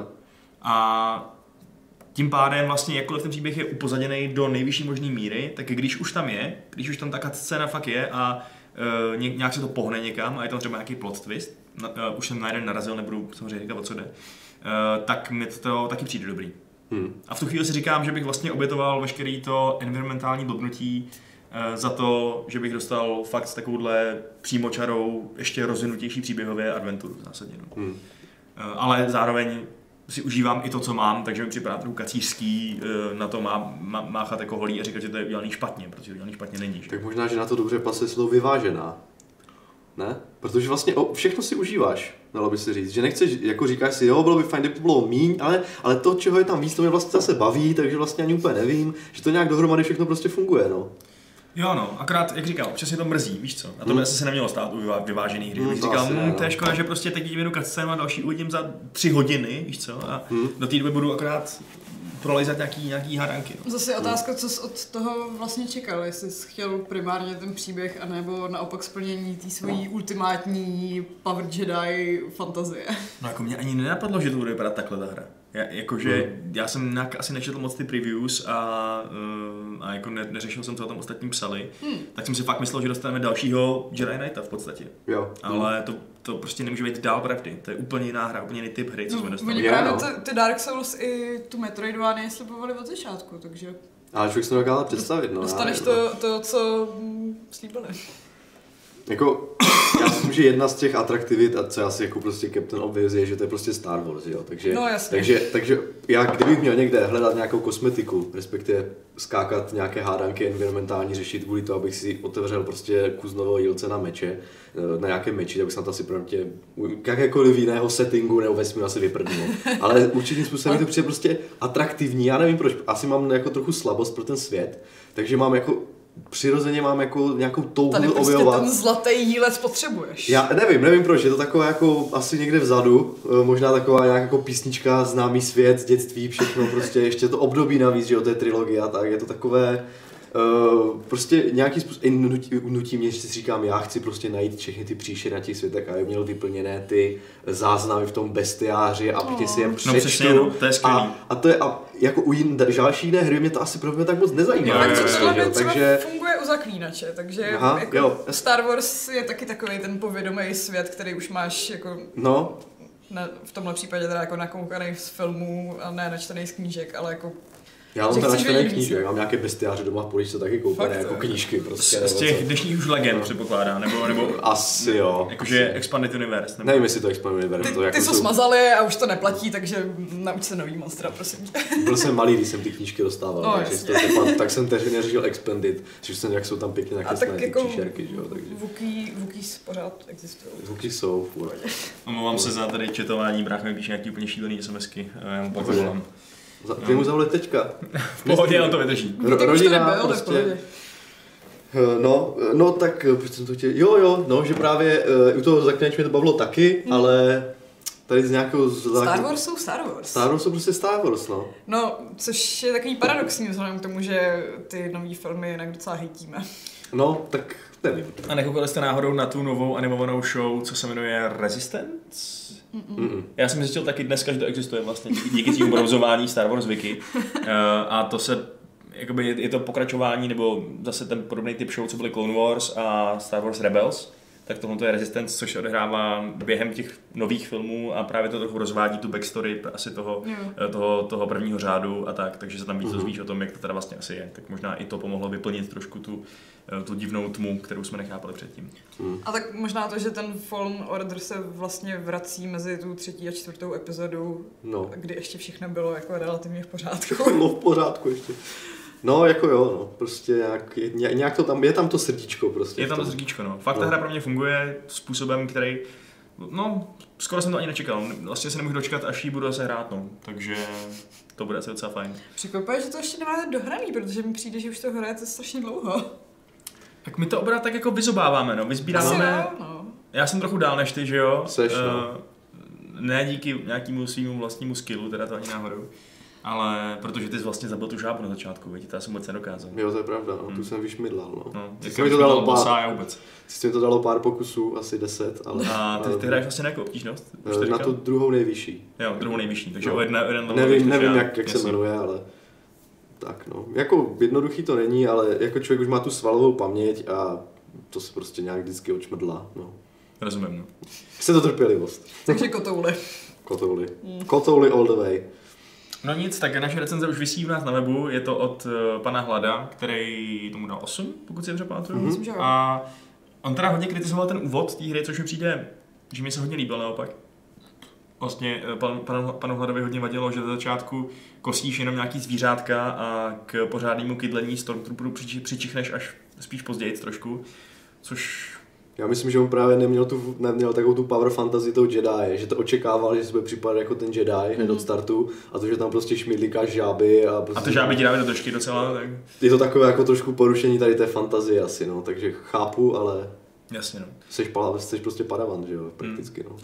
Speaker 1: A tím pádem vlastně jakkoliv ten příběh je upozaděný do nejvyšší možné míry, tak když už tam ta scéna fakt je a nějak se to pohne někam a je tam třeba nějaký plot twist, už jsem na jeden narazil, nebudu samozřejmě říkat, o co jde, tak mi to taky přijde dobrý. A v tu chvíli si říkám, že bych vlastně obětoval veškerý to environmentální blbnutí za to, že bych dostal fakt s takovouhle přímočarou ještě rozvinutější příběhově adventuru v zásadě. No. Ale zároveň si užívám i to, co mám, takže mi připadá trochu kacířský na to máchat jako holí a říkat, že to je udělaný špatně, protože to udělaný špatně není. Že?
Speaker 2: Tak možná, že na to dobře pasuje slovo vyvážená. Ne? Protože vlastně všechno si užíváš, dalo by se říct. Že nechceš, jako říkáš si, jo, bylo by fajn, kdyby to bylo míň, ale to, čeho je tam víc, to mě vlastně zase baví, takže vlastně ani úplně nevím, že to nějak dohromady všechno prostě funguje, no.
Speaker 1: Jo no, akorát, jak říkám, občas je to mrzí, víš co? A to by asi se nemělo stát u vyvážených hry. Bych říkal, to je škoda, že prostě teď jdu cutscénu a další uvidím za 3 hodiny, víš co? A do té doby budu akorát prolejzat nějaký hádanky. No.
Speaker 3: Zase je otázka, co jsi od toho vlastně čekal, jestli jsi chtěl primárně ten příběh, anebo naopak splnění té svojí ultimátní Power Jedi fantazie.
Speaker 1: No jako mě ani nenapadlo, že to bude vypadat takhle ta hra. Já jsem asi nečetl moc ty previews a jako neřešil jsem, co o tom ostatním psali, tak jsem si fakt myslel, že dostaneme dalšího Jedi Knighta v podstatě.
Speaker 2: Jo.
Speaker 1: Ale to prostě nemůže být dál pravdy. To je úplně jiná hra, úplně jiný typ hry, co jsme dostali.
Speaker 3: Oni právě ty Dark Souls i tu Metroidvania slipovali od začátku, takže...
Speaker 2: Ale člověk se nedokázal představit, no.
Speaker 3: Dostaneš to, co slíbili.
Speaker 2: Jako, já myslím, že jedna z těch atraktivit, a co já si jako prostě Captain Obvious je, že to je prostě Star Wars, jo, takže já kdybych měl někde hledat nějakou kosmetiku, respektive skákat nějaké hádanky environmentální, řešit kvůli to, abych si otevřel prostě kus nového jílce na meče, na nějaké meči, tak bych se na to asi prostě jakékoliv jiného settingu nebo vesmíru asi vyprdnul. Ale určitým způsobem to přijde prostě atraktivní, já nevím proč, asi mám jako trochu slabost pro ten svět, takže mám jako přirozeně mám jako nějakou touhu objevovat.
Speaker 3: Tady prostě ten zlatý jílec potřebuješ.
Speaker 2: Já nevím proč, je to takové jako asi někde vzadu, možná taková nějaká jako písnička, známý svět, dětství, všechno prostě, ještě to období navíc, že jo, té trilogie a tak, je to takové, prostě nějaký způsob, nutí mě, že si říkám, já chci prostě najít všechny ty příšery na těch světech a já měl vyplněné ty záznamy v tom bestiáři a pěkně si je přečtu.
Speaker 1: No, to je skvělý.
Speaker 2: A jako u další jiné hry mě to asi pro mě tak moc nezajímá.
Speaker 3: Tak to takže funguje u Zaklínače, takže jako Star Wars je taky takový ten povědomý svět, který už máš jako...
Speaker 2: No.
Speaker 3: V tomhle případě teda jako nakoukaný z filmů a ne načtený z knížek, ale jako
Speaker 2: Já mám teda čtené knížky, mám nějaké bestiáře doma v poličce taky koupené jako knížky prostě.
Speaker 1: Z těch dnešních už legend předpokládá, nebo
Speaker 2: asi jo.
Speaker 1: Jakože Expanded Universe. Nebo...
Speaker 2: Nevím, jestli to Expanded Universe. To jako
Speaker 3: ty jsou smazali a už to neplatí, takže nauč se nový monstra, prosím tě.
Speaker 2: Byl jsem malý, když jsem ty knížky dostával, tak jsem teď neřešil Expanded, což jsem, jak jsou tam pěkně nakreslené ty příšerky, že jo, takže.
Speaker 3: Wookiees pořád existují.
Speaker 2: Wookiees jsou, furt.
Speaker 1: Omlouvám se za tady četování, brácha mi píše nějaký úplně šílený SMSky, já mu pak zavolám.
Speaker 2: Ty mu zavolej teďka.
Speaker 1: V pohodě, on to vydrží.
Speaker 2: Rodina prostě. No tak, proč jsem to chtěl, no, že právě u toho zaklínače mě to bavilo taky, ale tady z nějakého...
Speaker 3: Star Wars jsou Star Wars.
Speaker 2: Star Wars jsou prostě Star Wars, no.
Speaker 3: No, což je takový paradoxní vzhledem k tomu, že ty nový filmy jinak docela hejtíme.
Speaker 2: No, tak nevím.
Speaker 1: A nekoukali jste náhodou na tu novou animovanou show, co se jmenuje Resistance? Já jsem zjistil taky dneska, že to existuje vlastně díky tím brouzování Star Wars Wiki. A to se, jakoby je to pokračování, nebo zase ten podobný typ show, co byly Clone Wars a Star Wars Rebels. Tak tohle je Resistance, což se odehrává během těch nových filmů a právě to trochu rozvádí tu backstory asi toho prvního řádu a tak, takže se tam víc dozvíš o tom, jak to teda vlastně asi je. Tak možná i to pomohlo vyplnit trošku tu divnou tmu, kterou jsme nechápali předtím.
Speaker 3: A tak možná to, že ten Fallen Order se vlastně vrací mezi tu 3. a 4. epizodu, kdy ještě všechno bylo jako relativně v pořádku.
Speaker 2: No v pořádku ještě. No, jako jo, no, prostě nějak to tam, je tam to srdíčko prostě.
Speaker 1: Je tam to srdíčko, no. Fakt ta hra pro mě funguje způsobem, který, no, skoro jsem to ani nečekal. Vlastně se nemůžu dočkat, až ji budu zase hrát, no. Takže to bude asi docela fajn.
Speaker 3: Překvapuje, že to ještě nemáte dohraný, protože mi přijde, že už to hrajete strašně dlouho.
Speaker 1: Tak my to obrat tak jako vyzobáváme, no. Vyzbíráme.
Speaker 3: No.
Speaker 1: Já jsem trochu dál než ty, že jo?
Speaker 2: Seš, no.
Speaker 1: Ne díky nějakému svýmu vlastnímu skillu, teda to ani náhodou. Ale protože ty jsi vlastně zabil tu žábu na začátku, víte, to já jsem vůbec nedokázal.
Speaker 2: Jo, to je pravda, no, tu jsem vyšmydlal, no.
Speaker 1: Ty mi to
Speaker 2: dalo pár pokusů, asi 10, ale...
Speaker 1: A ty hraješ vlastně na jakou obtížnost?
Speaker 2: Na tu druhou nejvyšší.
Speaker 1: Jo, druhou nejvyšší, takže
Speaker 2: no.
Speaker 1: jeden
Speaker 2: Nevím, jak se jmenuje, ale... Tak no, jako jednoduchý to není, ale jako člověk už má tu svalovou paměť a to se prostě nějak vždycky odšmrdlá, no.
Speaker 1: Rozumím, no.
Speaker 2: Chce to trpělivost.
Speaker 3: Takže kotouly.
Speaker 2: Kotouly all the way.
Speaker 1: No nic, tak naše recenze už visí u nás na webu, je to od pana Hlada, který tomu dal 8, pokud si dobře pamatuju. A on teda hodně kritizoval ten úvod té hry, což mi přijde, že mi se hodně líbil naopak. Vlastně panu Hladovi hodně vadilo, že za začátku kosíš jenom nějaký zvířátka a k pořádnému kydlení Stormtrooperů přičichneš až spíš později trošku, což...
Speaker 2: Já myslím, že on právě neměl takovou tu power fantasy toho Jedi, že to očekával, že se bude připadat jako ten Jedi hned od startu a to, že tam prostě šmidlíkáš žáby a prostě...
Speaker 1: A ty žáby ti dávají do držky docela, tak...
Speaker 2: Je to takové jako trošku porušení tady té fantazie asi, no, takže chápu, ale...
Speaker 1: Jasně, no.
Speaker 2: Jsi prostě padavan, že jo, prakticky, no.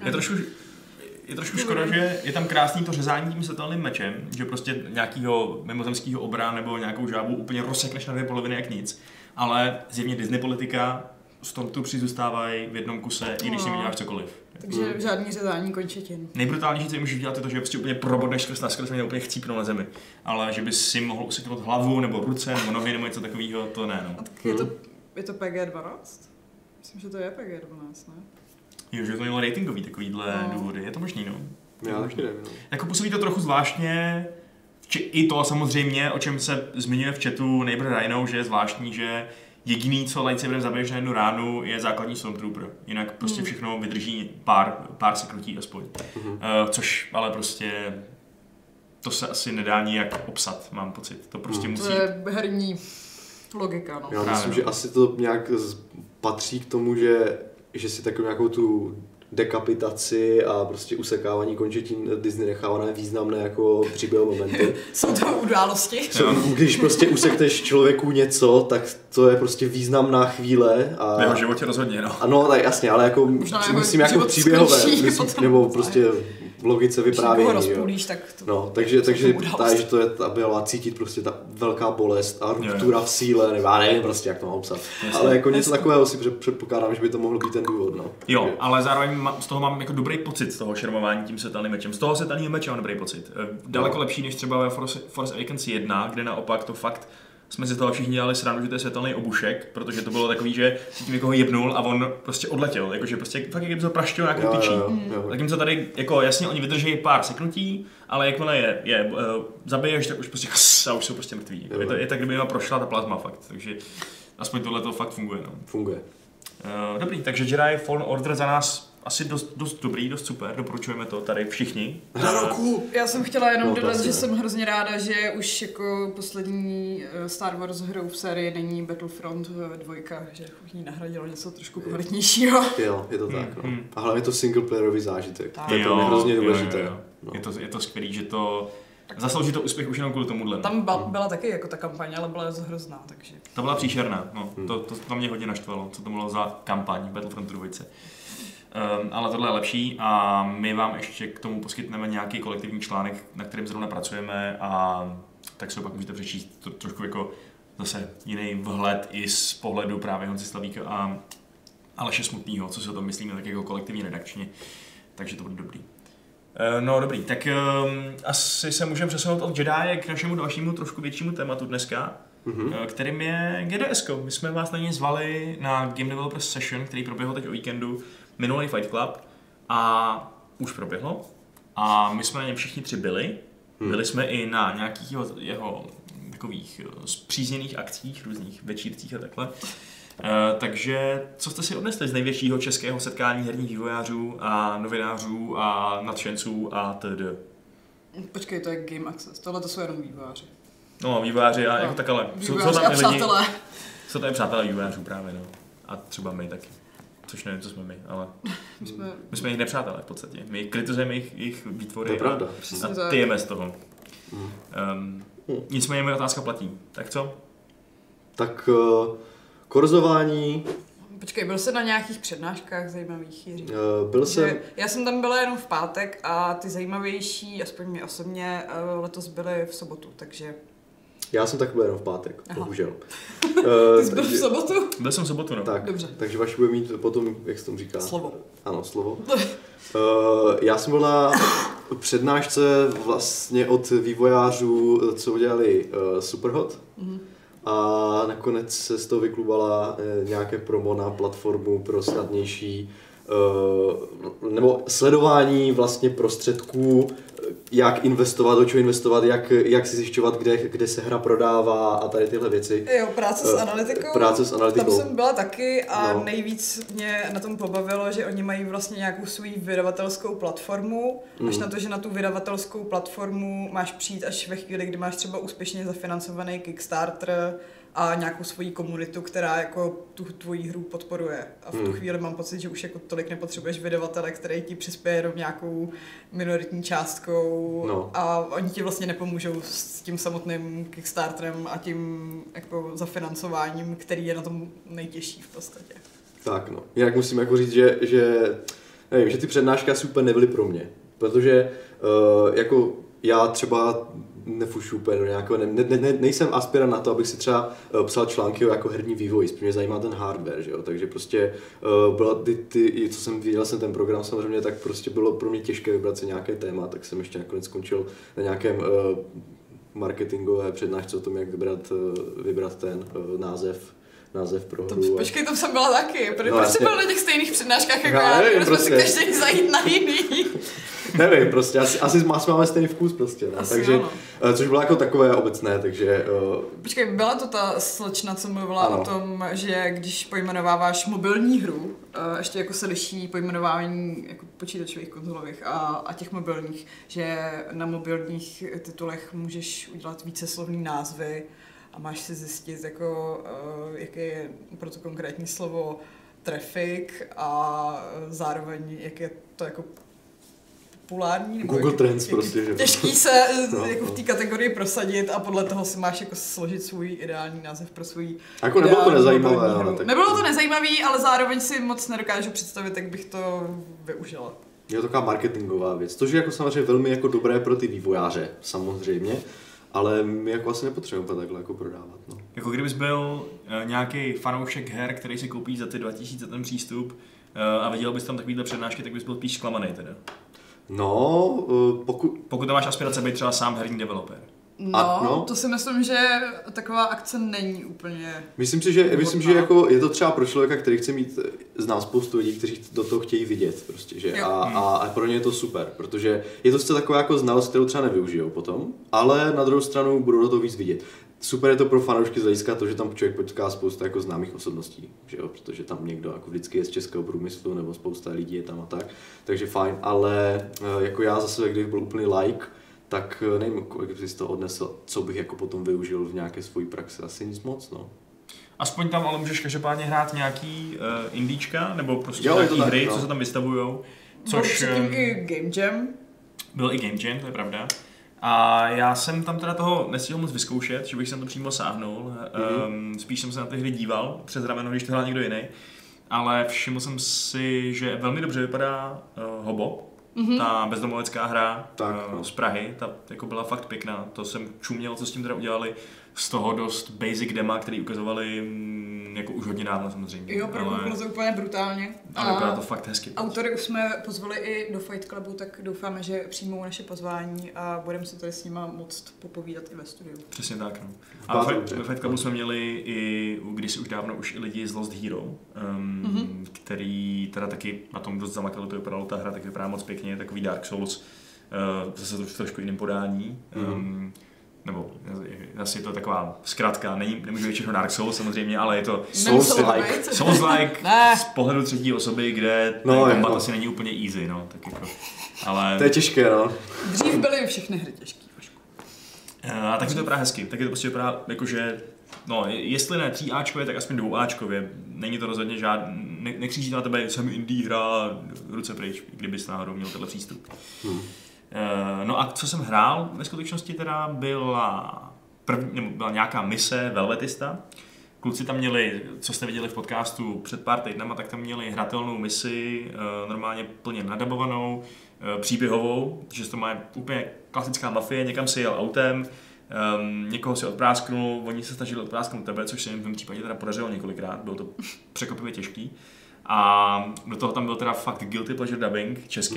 Speaker 1: Je trošku škoda, že je tam krásný to řezání tím světelným mečem, že prostě nějakýho mimozemského obra nebo nějakou žábu úplně rozsekneš na 2 poloviny jak nic, ale zjevně Disney politika Stormtroopři zůstávají v jednom kuse, i když si děláš cokoliv.
Speaker 3: Takže žádný řezání končetin.
Speaker 1: Nejbrutálnější, co můžeš dělat, je to, že prostě úplně probodneš skrz a úplně chcípnou na zemi. Ale že bys si mohl useknout hlavu, nebo ruce, nebo nohy, nebo něco takového, to ne. No.
Speaker 3: A tak je to PG-12? Myslím, že to je PG-12, ne?
Speaker 1: Jo, že to mělo ratingový takovýhle důvody, je to možný, no.
Speaker 2: Já taky nevím. No.
Speaker 1: Jako působí to trochu zvláštně, i to samozřejmě, o čem se zmiňuje v chatu Neighbor Rhino, že je zvláštní, že jediný, co lightsaberem zabiješ na jednu ránu, je základní Stormtrooper. Jinak prostě všechno vydrží pár seknutí aspoň. Což ale prostě to se asi nedá nijak obsat, mám pocit. To prostě musí...
Speaker 3: To je herní logika, no.
Speaker 2: Já myslím, že asi to nějak patří k tomu, že si takovou nějakou tu dekapitaci a prostě usekávání končetin Disney nechává na významné jako příběhové momenty.
Speaker 3: Jsou to události.
Speaker 2: Když prostě usekneš člověku něco, tak to je prostě významná chvíle. A...
Speaker 1: V jeho životě rozhodně, no.
Speaker 2: Ano, tak jasně, ale jako myslím jako příběhové, nebo prostě v logice vyprávění.
Speaker 3: Když ho rozpůlíš, tak to...
Speaker 2: No, takže to je byla cítit prostě ta velká bolest a ruptura v síle, nebo já nevím prostě, jak to mám psat. Ale jako něco takového si předpokládám, že by to mohlo být ten důvod, no.
Speaker 1: Jo, ale zároveň z toho mám jako dobrý pocit z toho šermování tím světelným mečem. Z toho světelného meče mám dobrý pocit. Daleko lepší než třeba ve Force Awakens 1, kde naopak to fakt jsme si toho všichni dělali srandu, že to je světelný obušek, protože to bylo takový, že si tím někoho jebnul a on prostě odletěl, jakože prostě fakt jak to praštil nějakou tyčí. Zatímco tady jako jasně oni vydrží pár seknutí, ale jakmile je zabiješ, tak už prostě a už jsou prostě mrtví. Je tak, kdyby jim prošla ta plazma fakt, takže aspoň tohle to fakt funguje. No.
Speaker 2: Funguje.
Speaker 1: Dobrý, takže Jedi Fallen Order za nás asi dost dobrý, dost super, doporučujeme to tady všichni.
Speaker 2: Na roku!
Speaker 3: Já jsem chtěla jenom dodat, že jsem hrozně ráda, že už jako poslední Star Wars hrou v sérii není Battlefront 2, že už ní nahradilo něco trošku kvalitnějšího.
Speaker 2: Jo, je to tak, no. A hlavně je to singleplayerový zážitek, to je to hrozně důležité.
Speaker 1: No. Je to skvělý, že to zaslouží to úspěch už jenom kvůli tomuhle.
Speaker 3: Tam byla taky jako ta kampaň, ale byla hrozná, takže.
Speaker 1: To byla příšerná, no. To mě hodně naštvalo, co to bylo za kampaň Battlefront 2. Ale tohle je lepší a my vám ještě k tomu poskytneme nějaký kolektivní článek, na kterém zrovna pracujeme a tak se ho pak můžete přečíst trošku jako zase jiný vhled i z pohledu právě Honzy Slavíka a Aleše Smutnýho, co si o tom myslíme tak jako kolektivní redakčně, takže to bude dobrý. No dobrý, tak asi se můžeme přesunout od Jedi k našemu dalšímu trošku většímu tématu dneska, kterým je GDS-ko. My jsme vás na něj zvali na Game Developers Session, který proběhl teď o víkendu, minulý Fight Club a už proběhlo a my jsme na něm všichni tři byli. Byli jsme i na nějakých jeho takových spřízněných akcích, různých večírcích a takhle. Takže co jste si odnesli z největšího českého setkání herních vývojářů a novinářů a nadšenců a td?
Speaker 3: Počkej, to je Game Access, tohle to jsou jenom vývojáři.
Speaker 1: No, vývojáři a jako takhle.
Speaker 3: Vývojáři a přátelé.
Speaker 1: Jsou tam i přátelé vývojářů právě, no. A třeba my taky. Což nevím, co jsme my, ale my jsme jejich nepřátelé v podstatě. My kritizujeme jejich výtvory a tyjeme z toho. Nicméně moje otázka platí. Tak co?
Speaker 2: Tak korzování.
Speaker 3: Počkej, byl jsi na nějakých přednáškách zajímavých, Jiří?
Speaker 2: Byl jsem.
Speaker 3: Já jsem tam byla jenom v pátek a ty zajímavější, aspoň mě osobně, letos byly v sobotu, takže...
Speaker 2: Já jsem taky byl jenom v pátek, bohužel.
Speaker 3: Ty jsi byl v sobotu?
Speaker 1: Byl jsem v sobotu, no.
Speaker 2: Tak,
Speaker 3: dobře.
Speaker 2: Takže Vaši bude mít potom, jak se tomu říká?
Speaker 3: Slovo.
Speaker 2: Ano, slovo. Já jsem byl na přednášce vlastně od vývojářů, co udělali Superhot. A nakonec se z toho vyklubala nějaké promo na platformu pro snadnější nebo sledování vlastně prostředků, jak investovat, do čeho investovat, jak si zjišťovat, kde se hra prodává a tady tyhle věci.
Speaker 3: Jo, práce s analytikou.
Speaker 2: Práce s analytikou.
Speaker 3: Tam jsem byla taky a nejvíc mě na tom pobavilo, že oni mají vlastně nějakou svou vydavatelskou platformu, až na to, že na tu vydavatelskou platformu máš přijít až ve chvíli, kdy máš třeba úspěšně zafinancovaný Kickstarter a nějakou svoji komunitu, která jako tu tvoji hru podporuje. A v tu chvíli mám pocit, že už jako tolik nepotřebuješ vydavatele, který ti přispěje jenom nějakou minoritní částkou a oni ti vlastně nepomůžou s tím samotným Kickstarterem a tím jako zafinancováním, který je na tom nejtěžší v podstatě.
Speaker 2: Tak no, jinak musím jako říct, že nevím, že ty přednášky asi úplně nebyly pro mě, protože jako já třeba nefušu úplně do nějakého, nejsem aspirant na to, abych si třeba psal články o jako herní vývoj, spíš mě zajímá ten hardware, že jo, takže prostě byla co jsem viděl jsem ten program samozřejmě, tak prostě bylo pro mě těžké vybrat si nějaké téma, tak jsem ještě nakonec skončil na nějakém marketingové přednášce o tom, jak vybrat ten název pro hru.
Speaker 3: Počkej, to jsem byla taky, proč jsi byl na těch stejných přednáškách jako já, nevím, prostě si každý zajít na jiný.
Speaker 2: Nevím, prostě, asi máme stejný vkus prostě, ne? Takže, což bylo jako takové obecné, takže...
Speaker 3: Počkej, byla to ta slečna, co mluvila o tom, že když pojmenováváš mobilní hru, ještě jako se liší pojmenování jako počítačových, konzolových a těch mobilních, že na mobilních titulech můžeš udělat víceslovný názvy a máš si zjistit, jako, jaké je pro to konkrétní slovo traffic a zároveň, jak je to jako populární, nebo
Speaker 2: Google Trends prostě, že
Speaker 3: těžký se jako v té kategorii prosadit a podle toho si máš jako složit svůj ideální název pro svůj
Speaker 2: jako nebylo to nezajímavé, ale tak...
Speaker 3: Nebylo to nezajímavý, ale zároveň si moc nedokážu představit, jak bych to využila.
Speaker 2: Je to taková marketingová věc, což je jako samozřejmě velmi jako dobré pro ty vývojáře, samozřejmě, ale my jako asi nepotřebujeme takhle jako prodávat. No.
Speaker 1: Jako kdybys byl nějaký fanoušek her, který si koupí za ty 2000 ten přístup a viděl bys tam takovýhle přednášky, tak bys byl spíš zklamaný teda.
Speaker 2: No,
Speaker 1: pokud tam máš aspirace být třeba sám herní developer.
Speaker 3: No, to si myslím, že taková akce není úplně...
Speaker 2: Myslím si, že jako je to třeba pro člověka, který chce mít, znám spoustu lidí, kteří do toho chtějí vidět prostě, že? A pro ně je to super, protože je to sice taková jako znalost, kterou třeba nevyužijou potom, ale na druhou stranu budou do toho víc vidět. Super je to pro fanoušky z hlediska to, že tam člověk potká spousta jako známých osobností, že jo? Protože tam někdo jako vždycky je z českého průmyslu nebo spousta lidí je tam a tak, takže fajn, ale jako já zase, když byl úplný like, tak nevím, kolik jsi z toho odnesl, co bych jako potom využil v nějaké svojí praxi, asi nic moc, no.
Speaker 1: Aspoň tam ale můžeš každopádně hrát nějaký indíčka, nebo prostě nějaký hry, co se tam vystavujou.
Speaker 3: Což... Byl i Game Jam.
Speaker 1: Byl i Game Jam, to je pravda. A já jsem tam teda toho nestihl moc vyzkoušet, že bych jsem to přímo sáhnul. Spíš jsem se na ty hry díval přes rameno, když to hrál někdo jiný. Ale všiml jsem si, že velmi dobře vypadá Hobo. Ta bezdomovecká hra z Prahy, ta jako byla fakt pěkná. To jsem čuměl, co s tím teda udělali. Z toho dost basic dema, který ukazovali jako už hodně dávno samozřejmě.
Speaker 3: Jo, bylo to úplně brutálně.
Speaker 1: Ale vypadá to fakt hezky.
Speaker 3: Autory už jsme pozvali i do Fight Clubu, tak doufáme, že přijmou naše pozvání a budeme si tady s nima moct popovídat i ve studiu.
Speaker 1: Přesně tak, no. A ve Fight Clubu jsme měli i, když už dávno už i lidi z Lost Hero, který teda taky na tom dost zamakali, to vypadalo, ta hra tak vypadá moc pěkně, takový Dark Souls, zase to trošku jiným podání. Nebo zase je to taková zkrátka, nemůžu být všechno Dark Souls samozřejmě, ale je to Souls-like z pohledu třetí osoby, kde ten kombat asi není úplně easy, no, tak jako, ale...
Speaker 2: To je těžké, no.
Speaker 3: Dřív byly všechny hry těžké.
Speaker 1: A taky to vypadá hezky, taky to prostě vypadá jakože, no, jestli ne 3Ačkově, tak aspoň 2Ačkově, není to rozhodně žádný, nekříží to na tebe, jsem indie hra, ruce pryč, kdybys náhodou měl tenhle přístup. No a co jsem hrál ve skutečnosti teda byla nějaká mise Velvetista. Kluci tam měli, co jste viděli v podcastu před pár týdnama, tak tam měli hratelnou misi, normálně plně nadabovanou, příběhovou, že to má úplně klasická mafie, někam si jel autem, někoho si odprásknul, oni se snažili odprásknout tebe, což se jim v tom případě teda podařilo několikrát, bylo to překvapivě těžký. A do toho tam byl teda fakt guilty pleasure dubbing český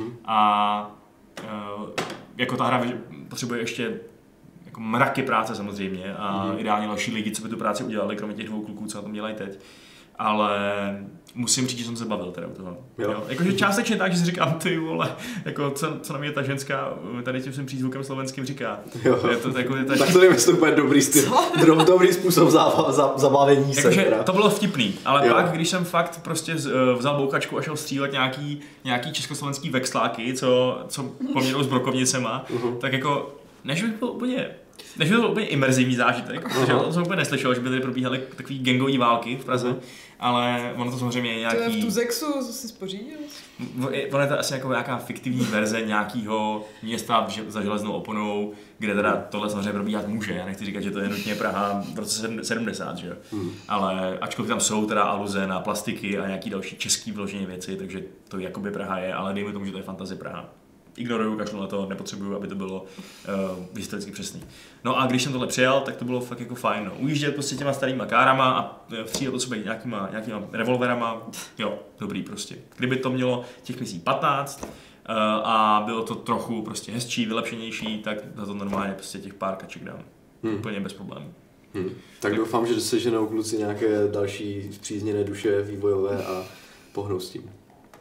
Speaker 1: a jako ta hra potřebuje ještě jako mraky práce samozřejmě a ideálně další lidi, co by tu práci udělali, kromě těch dvou kluků, co na tom dělají teď. Ale musím říct, že jsem se bavil teda u toho. Jo. Jakože částečně tak, že si říkám, ty vole, jako co na mě ta ženská tady tím svým přízvukem slovenským říká. Je to, jako,
Speaker 2: tak to je úplně dobrý styl, dobrý způsob zabavení se.
Speaker 1: Jakože to bylo vtipný, ale pak, když jsem fakt prostě vzal bouchačku a šel střílet nějaký československý vexláky, co po mě jdou s brokovnicema, tak jako, než bych byl úplně imerzivní zážitek, protože jsem úplně neslyšel, že by tady probíhaly takový gangový války v Praze, ale ono to samozřejmě je nějaký...
Speaker 3: To je v Tuzexu, co jsi spořídil?
Speaker 1: Ono je to asi jako nějaká fiktivní verze nějakého města za železnou oponou, kde teda tohle samozřejmě probíhat může. Já nechci říkat, že to je nutně Praha v roce 70, že jo. Ale ačkoliv tam jsou teda aluze na plastiky a nějaký další český vložené věci, takže to jakoby Praha je, ale dejme tomu, že to je fantasy Praha. Ignoruju, kašlu na to, nepotřebuju, aby to bylo historicky přesný. No a když jsem tohle přijal, tak to bylo fakt jako fajn. No. Ujíždět prostě těma starýma kárama a střílet od sebe nějakýma revolverama, jo, dobrý prostě. Kdyby to mělo těch misí 15 a bylo to trochu prostě hezčí, vylepšenější, tak za to normálně prostě těch pár kaček dám. Úplně bez problémů.
Speaker 2: Tak doufám, že doseženou kluci nějaké další zpřízněné duše vývojové a pohnou s tím.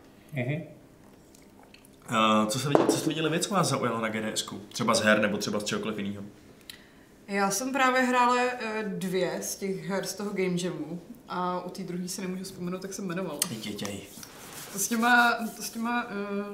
Speaker 1: Co jste viděli vy, co vás zaujalo na GDSku? Třeba z her nebo třeba z čehokoliv jiného?
Speaker 3: Já jsem právě hrála 2 z těch her z toho Game Jamu a o té druhé se nemůžu vzpomenout, tak jsem jmenovala.
Speaker 1: Dětěj.
Speaker 3: To s těma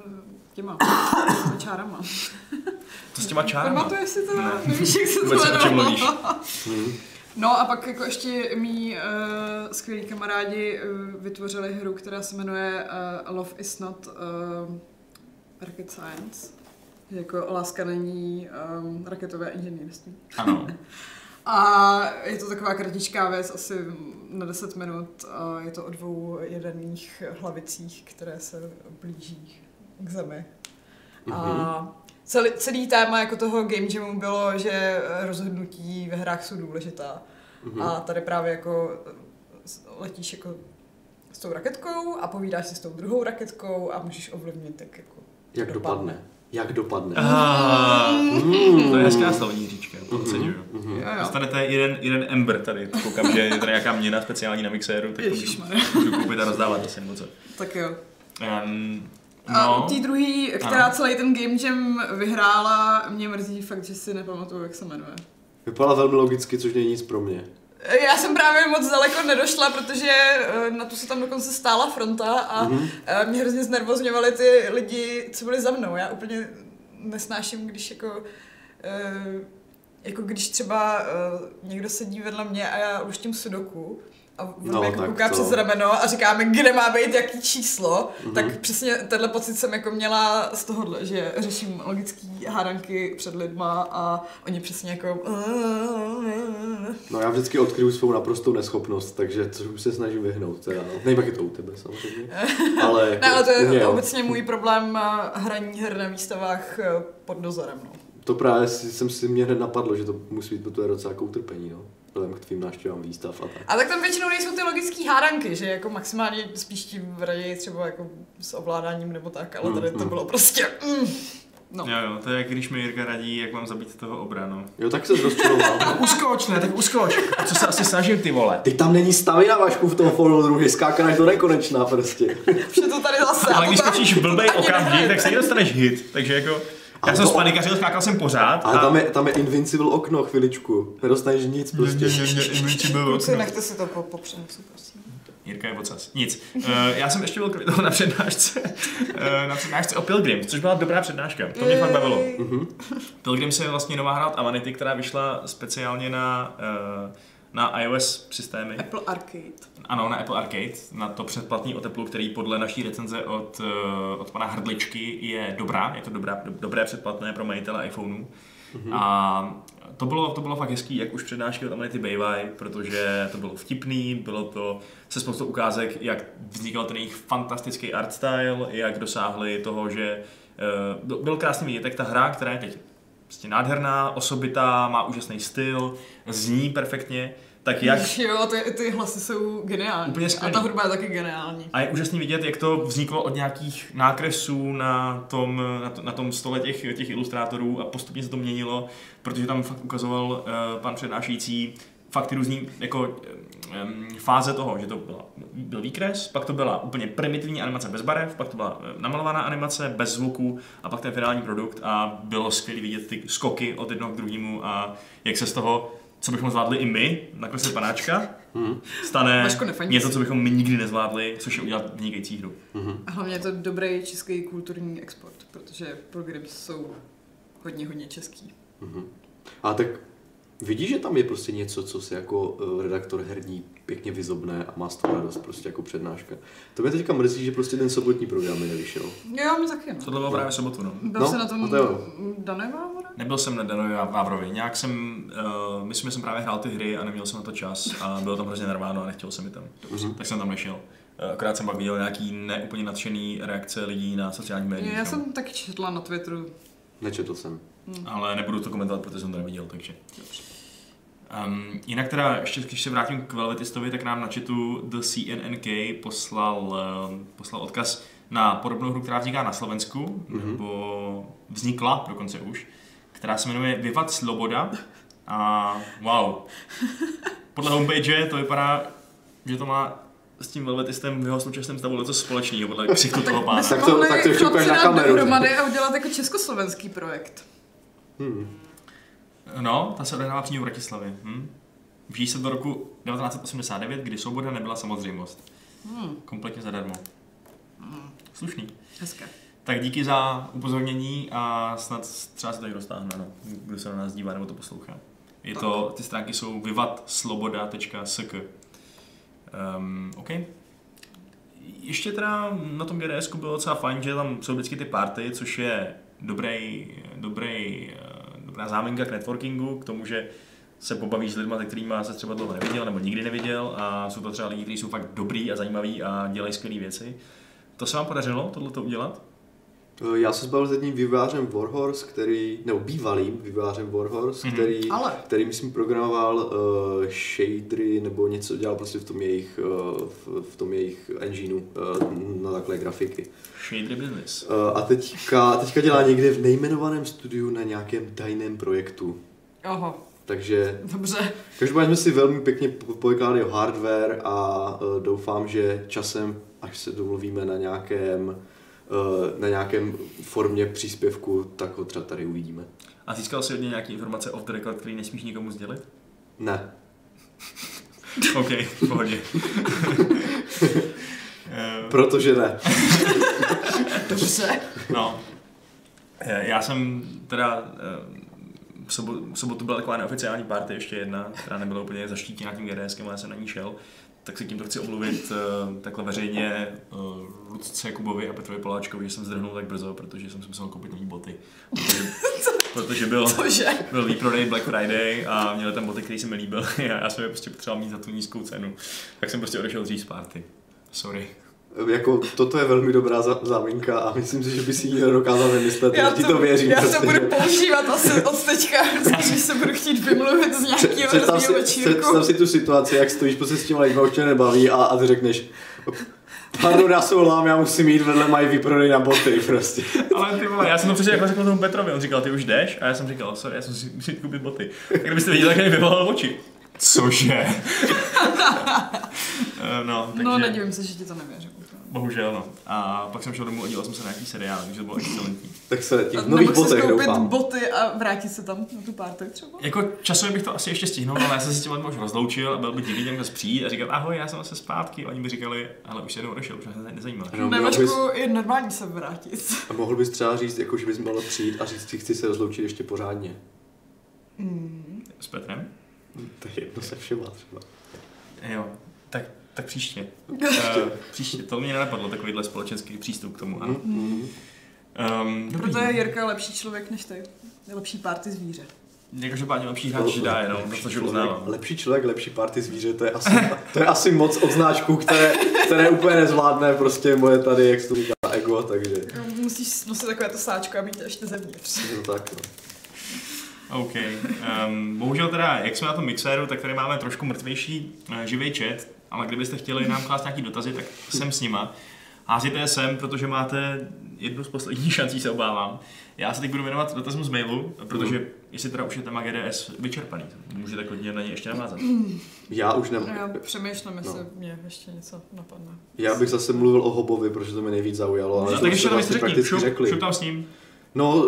Speaker 3: čárama.
Speaker 1: To s těma čárama?
Speaker 3: Pamatuješ si to? Nevíš, jak se to jmenovalo. No a pak jako ještě mý skvělí kamarádi vytvořili hru, která se jmenuje Love is not Rocket Science. Jako láska není raketové inženýrství.
Speaker 1: Ano.
Speaker 3: A je to taková kratičká věc, asi na 10 minut. A je to o 2 jaderných hlavicích, které se blíží k Zemi. A celý téma jako toho Game Jamu bylo, že rozhodnutí ve hrách jsou důležitá. A tady právě jako letíš jako s tou raketkou a povídáš si s tou druhou raketkou a můžeš ovlivnit, jak dopadne.
Speaker 2: jak dopadne.
Speaker 1: To je hezká slovní říčka, to oceňuju. Dostanete jeden ember tady, koukám, že je tady nějaká měna speciální na mixéru, tak to můžu koupit a rozdávat asi, nebo co.
Speaker 3: Tak jo.
Speaker 1: No.
Speaker 3: A u té druhý, která celý ten Game Jam vyhrála, mě mrzí fakt, že si nepamatuju, jak se jmenuje.
Speaker 2: Vypadala velmi logicky, což není nic pro mě.
Speaker 3: Já jsem právě moc daleko nedošla, protože na tu se tam dokonce stála fronta a mě hrozně znervozňovali ty lidi, co byli za mnou. Já úplně nesnáším, když jako když třeba někdo sedí vedle mě a já luštím sudoku a on jako kouká přes rameno a říká mi, kde má být jaký číslo, tak přesně tenhle pocit jsem jako měla z tohohle, že řeším logický hádanky před lidma a oni přesně jako...
Speaker 2: No já vždycky odkryju svou naprostou neschopnost, takže což už se snažím vyhnout. Teda, no. Nevím, jak je to u tebe samozřejmě. Ale,
Speaker 3: ne, ale to je obecně můj problém hraní her na výstavách pod dozorem. No.
Speaker 2: To právě mě hned napadlo, že to musí být pro tvé docela jako utrpení, no. Vzhledem k tvým návštěvám výstav a tak.
Speaker 3: A tak tam většinou nejsou ty logické hádanky, že jako maximálně spíš ti raději třeba jako s ovládáním nebo tak, ale tady to bylo prostě... No.
Speaker 1: Jo, to je jak když mi Jirka radí, jak mám zabít toho obranu.
Speaker 2: Jo, tak se rozčiloval.
Speaker 1: Uskoč, ne, tak uskoč. A co se asi snažím, ty vole?
Speaker 2: Teď tam není stamina, Vašku, v tom Falloutu, že skákáš do nekonečná prostě.
Speaker 3: Už je to tady zase.
Speaker 1: Ale když skočíš blbej okamžik, tak stejně dostaneš hit, takže jako... Já jsem spanikařil, skákal jsem pořád.
Speaker 2: Ale tam je Invincible okno, chviličku. Nedostaneš nic prostě.
Speaker 1: Invincible
Speaker 3: okno. Nechte si to po přenosu, prosím.
Speaker 1: Jirka je ocas. Nic. Já jsem ještě byl na přednášce o Pilgrims, což byla dobrá přednáška. To mě fakt bavilo. Pilgrims je vlastně nová hra od Amanity, která vyšla speciálně na iOS systémy.
Speaker 3: Apple Arcade.
Speaker 1: Ano, na Apple Arcade, na to předplatný od Apple, který podle naší recenze od pana Hrdličky je dobrá. Je to dobré předplatné pro majitele iPhoneu. A to bylo fakt hezký, jak už přednášky od Amanity bývají, protože to bylo vtipný, bylo to se spoustou ukázek, jak vznikal ten jejich fantastický art style, jak dosáhli toho, že byl krásný vidět, jak ta hra, která je teď prostě nádherná, osobitá, má úžasný styl, zní perfektně, tak jak...
Speaker 3: Jo, ty hlasy jsou geniální.
Speaker 1: Úplně skvělý.
Speaker 3: A ta hudba je taky geniální.
Speaker 1: A je úžasný vidět, jak to vzniklo od nějakých nákresů na tom stole těch ilustrátorů a postupně se to měnilo, protože tam fakt ukazoval pan přednášející fakt ty různý jako fáze toho, že to byl výkres, pak to byla úplně primitivní animace bez barev, pak to byla namalovaná animace bez zvuku a pak ten finální produkt a bylo skvělé vidět ty skoky od jednoho k druhému a jak se z toho, co bychom zvládli i my, na klesi panáčka, stane něco, co bychom my nikdy nezvládli, což je udělat vynikající hru.
Speaker 3: A hlavně je to dobrý český kulturní export, protože Pilgrims jsou hodně český.
Speaker 2: A tak vidíš, že tam je prostě něco, co se jako redaktor herní pěkně vyzobne a má z toho radost prostě jako přednáška. To mě teďka mrzí, že prostě ten sobotní program mi nevyšel.
Speaker 3: Jo, mi taky, no.
Speaker 1: Tohle bylo právě sobotu, no.
Speaker 3: Byl jsi na tom Dané Vávore?
Speaker 1: Nebyl jsem na Dané Vávrovi. Nějak myslím, že jsem právě hrál ty hry a neměl jsem na to čas a bylo tam hrozně narváno a nechtěl jsem mi tam. Tak jsem tam nešel. Akorát jsem pak viděl nějaký neúplně nadšený reakce lidí na sociálních médiích.
Speaker 3: Já jsem taky četla na Twitteru.
Speaker 2: Nečetl jsem.
Speaker 1: Ale nebudu to komentovat, protože jsem to neviděl, takže. Jinak teda, ještě když se vrátím k Velvetistovi, tak nám na chatu The CNNK poslal odkaz na podobnou hru, která vzniká na Slovensku, nebo vznikla dokonce už, která se jmenuje Vivat Sloboda a wow. Podle homepage to vypadá, že to má s tím Velvetistem v jeho současném stavu něco společného, podle křiku toho pána.
Speaker 2: Tak to ještě ukáž na kameru.
Speaker 3: Dohromady a udělat jako československý projekt.
Speaker 1: No, ta se odehrává přímo v Bratislavě. Vžijí se do roku 1989, kdy svoboda nebyla samozřejmost. Kompletně zadarmo. Slušný.
Speaker 3: Hezké.
Speaker 1: Tak díky za upozornění a snad třeba se tady dostáhne, no, kdo se na nás dívá nebo to poslouchá. Ty stránky jsou vivatsloboda.sk. OK. Ještě teda na tom GDSku bylo docela fajn, že tam jsou vždycky ty party, což je dobrá záminka k networkingu, k tomu, že se pobavíš s lidma, se kterými se třeba dlouho neviděl nebo nikdy neviděl a jsou to třeba lidi, kteří jsou fakt dobrý a zajímaví a dělají skvělé věci. To se vám podařilo, tohleto udělat?
Speaker 2: Já se zbavil s jedním vývojářem Warhorse, bývalým vývojářem Warhorse, který myslím programoval shadery nebo něco dělal prostě v tom jejich engineu na takové grafiky.
Speaker 1: Shadery business.
Speaker 2: A teďka dělá někde v nejmenovaném studiu na nějakém tajném projektu.
Speaker 3: Aha.
Speaker 2: Takže
Speaker 3: dobře.
Speaker 2: Každopádně jsme si velmi pěkně povykládali o hardware a doufám, že časem, až se domluvíme na nějakém formě příspěvku, tak ho třeba tady uvidíme.
Speaker 1: A získal jsi od něj nějaké informace off the record, který nesmíš nikomu sdělit?
Speaker 2: Ne.
Speaker 1: OK, v pohodě.
Speaker 2: Protože ne.
Speaker 3: Dobře.
Speaker 1: No. Já jsem teda... V sobotu byla taková neoficiální party, ještě jedna, která nebyla úplně zaštítěná tím GDSkem, ale jsem na ní šel. Tak se tímto chci omluvit takhle veřejně Lucce Kubovi a Petrovi Poláčkovi, že jsem zdrhnul tak brzo, protože jsem si musel koupit nový boty. Protože byl výprodej Black Friday a měli tam boty, které se mi líbil. Já jsem je prostě potřeboval mít za tu nízkou cenu. Tak jsem prostě odešel dřív z party. Sorry.
Speaker 2: Jako, toto je velmi dobrá záminka a myslím si, že by si ji nedokázal vymyslet, že ti to věřím.
Speaker 3: Já to budu používat asi od teďka, když se budu chtít vymluvit z nějakého rozdíl večírku.
Speaker 2: Představ si tu situaci, jak stojíš prostě s tím lidma, už tě nebaví a ty řekneš pardon, já se volám, já musím jít, vedle mají výprodej na boty prostě.
Speaker 1: Ale ty vole, já jsem to přesně jako řekl tomu Petrovi, on říkal, ty už jdeš? A já jsem říkal, sorry, já jsem si musím koupit boty. Tak kdybyste viděli, jak mi vyvolal oči. Cože?
Speaker 3: No, nedivím se, že ti to nevěřím.
Speaker 1: Bohužel, no. A pak jsem šel domů a díval jsem se na nějaký seriál, takže to bylo excelentní.
Speaker 2: Tak se těch nových botech doufám.
Speaker 3: Nebo boty a vrátit se tam na tu party třeba?
Speaker 1: Jako časově bych to asi ještě stihnul, ale já jsem se s tím lidem už rozloučil a byl by divný někdo přijít a říkat ahoj, já jsem asi zpátky. A oni mi říkali, ale už se jednou odešel, protože se nezajímalo.
Speaker 3: Nevačku, je normální se vrátit.
Speaker 2: A mohl bys třeba říct, jako, že bys mohl přijít a říct, chci se rozloučit ještě pořádně.
Speaker 1: S Petrem?
Speaker 2: To je jedno se všema třeba.
Speaker 1: Jo, tak příště. Příště, to mě nenapadlo, takovýhle společenský přístup k tomu, ano.
Speaker 3: Proto je Jirka lepší člověk než ty. Je lepší party zvíře.
Speaker 1: Každopádně lepší hráč dá jenom, protože uznávám.
Speaker 2: Lepší člověk, lepší party zvíře, to je asi moc odznáčků, které úplně nezvládne prostě moje tady, jak se to říká, ego, takže...
Speaker 3: Musíš nosit takové to sáčko a mít to ještě zevnitř.
Speaker 2: No tak, no.
Speaker 1: OK. Bohužel teda, jak jsme na tom mixéru, tak tady máme trošku mrtvější živý chat, ale kdybyste chtěli nám klást nějaký dotazy, tak jsem s nima. Házíte je sem, protože máte jednu z posledních šancí, se obávám. Já se teď budu věnovat dotazům z mailu, protože jestli teda už je téma GDS vyčerpaný, můžete klidně na ně ještě navázat.
Speaker 2: Já už nemám.
Speaker 3: Já přemýšlím, jestli mě ještě něco napadne.
Speaker 2: Já bych zase mluvil o Hobovi, protože to mě nejvíc zaujalo. Ale
Speaker 1: tak ještě to vlastně prakticky řekli. Šup tam s ním.
Speaker 2: No,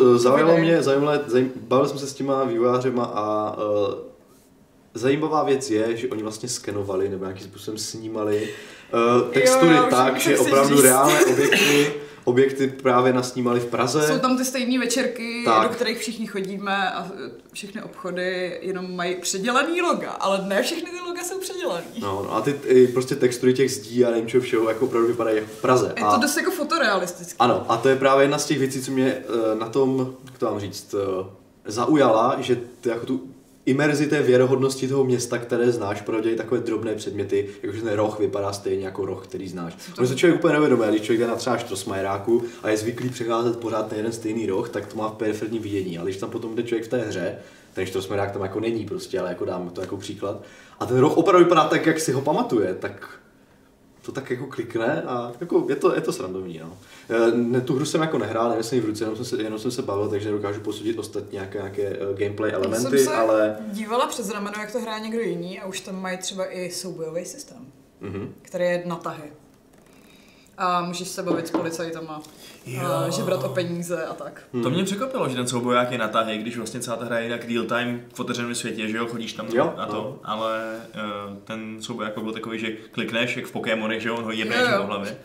Speaker 2: bavili jsme se s těma vývojářema a zajímavá věc je, že oni vlastně skenovali nebo nějakým způsobem snímali textury tak, že opravdu reálné objekty právě nasnímali v Praze.
Speaker 3: Jsou tam ty stejné večerky, do kterých všichni chodíme a všechny obchody jenom mají předělaný loga, ale ne všechny ty loga jsou předělaný. No
Speaker 2: a ty prostě textury těch zdí a nevím čeho všeho jako opravdu vypadají jako v Praze.
Speaker 3: Je to dost jako fotorealistické.
Speaker 2: Ano, a to je právě jedna z těch věcí, co mě na tom, jak to mám říct, zaujala, že jako tu imerzi té věrohodnosti toho města, které znáš, prodějí takové drobné předměty, jakože ten roh vypadá stejně jako roh, který znáš. Protože se člověk úplně nevědomí, když člověk jde na třeba Štrosmajeráku a je zvyklý přecházet pořád na jeden stejný roh, tak to má v periferní vidění. Ale když tam potom jde člověk v té hře, ten Štrosmajerák tam jako není prostě, ale jako dám to jako příklad. A ten roh opravdu vypadá tak, jak si ho pamatuje, tak to tak jako klikne a jako je to srandovní, no. Tu hru jsem jako nehrál, nevím, jsem ji v ruce, jenom jsem se bavil, takže nedokážu posudit ostatní nějaké gameplay elementy,
Speaker 3: jsem se
Speaker 2: ale...
Speaker 3: dívala přes rameno, jak to hraje někdo jiný a už tam mají třeba i soubojový systém, který je na tahy. A můžeš se bavit s policajtama, žebrat o peníze a tak.
Speaker 1: To mě překvapilo, že ten souboják je na tahy, když vlastně celá ta hra je jak real time v otevřeném světě, že jo, chodíš tam na to, ale ten souboják byl takový, že klikneš jak v Pokémonech, že jo, on ho jebneš po hlavě.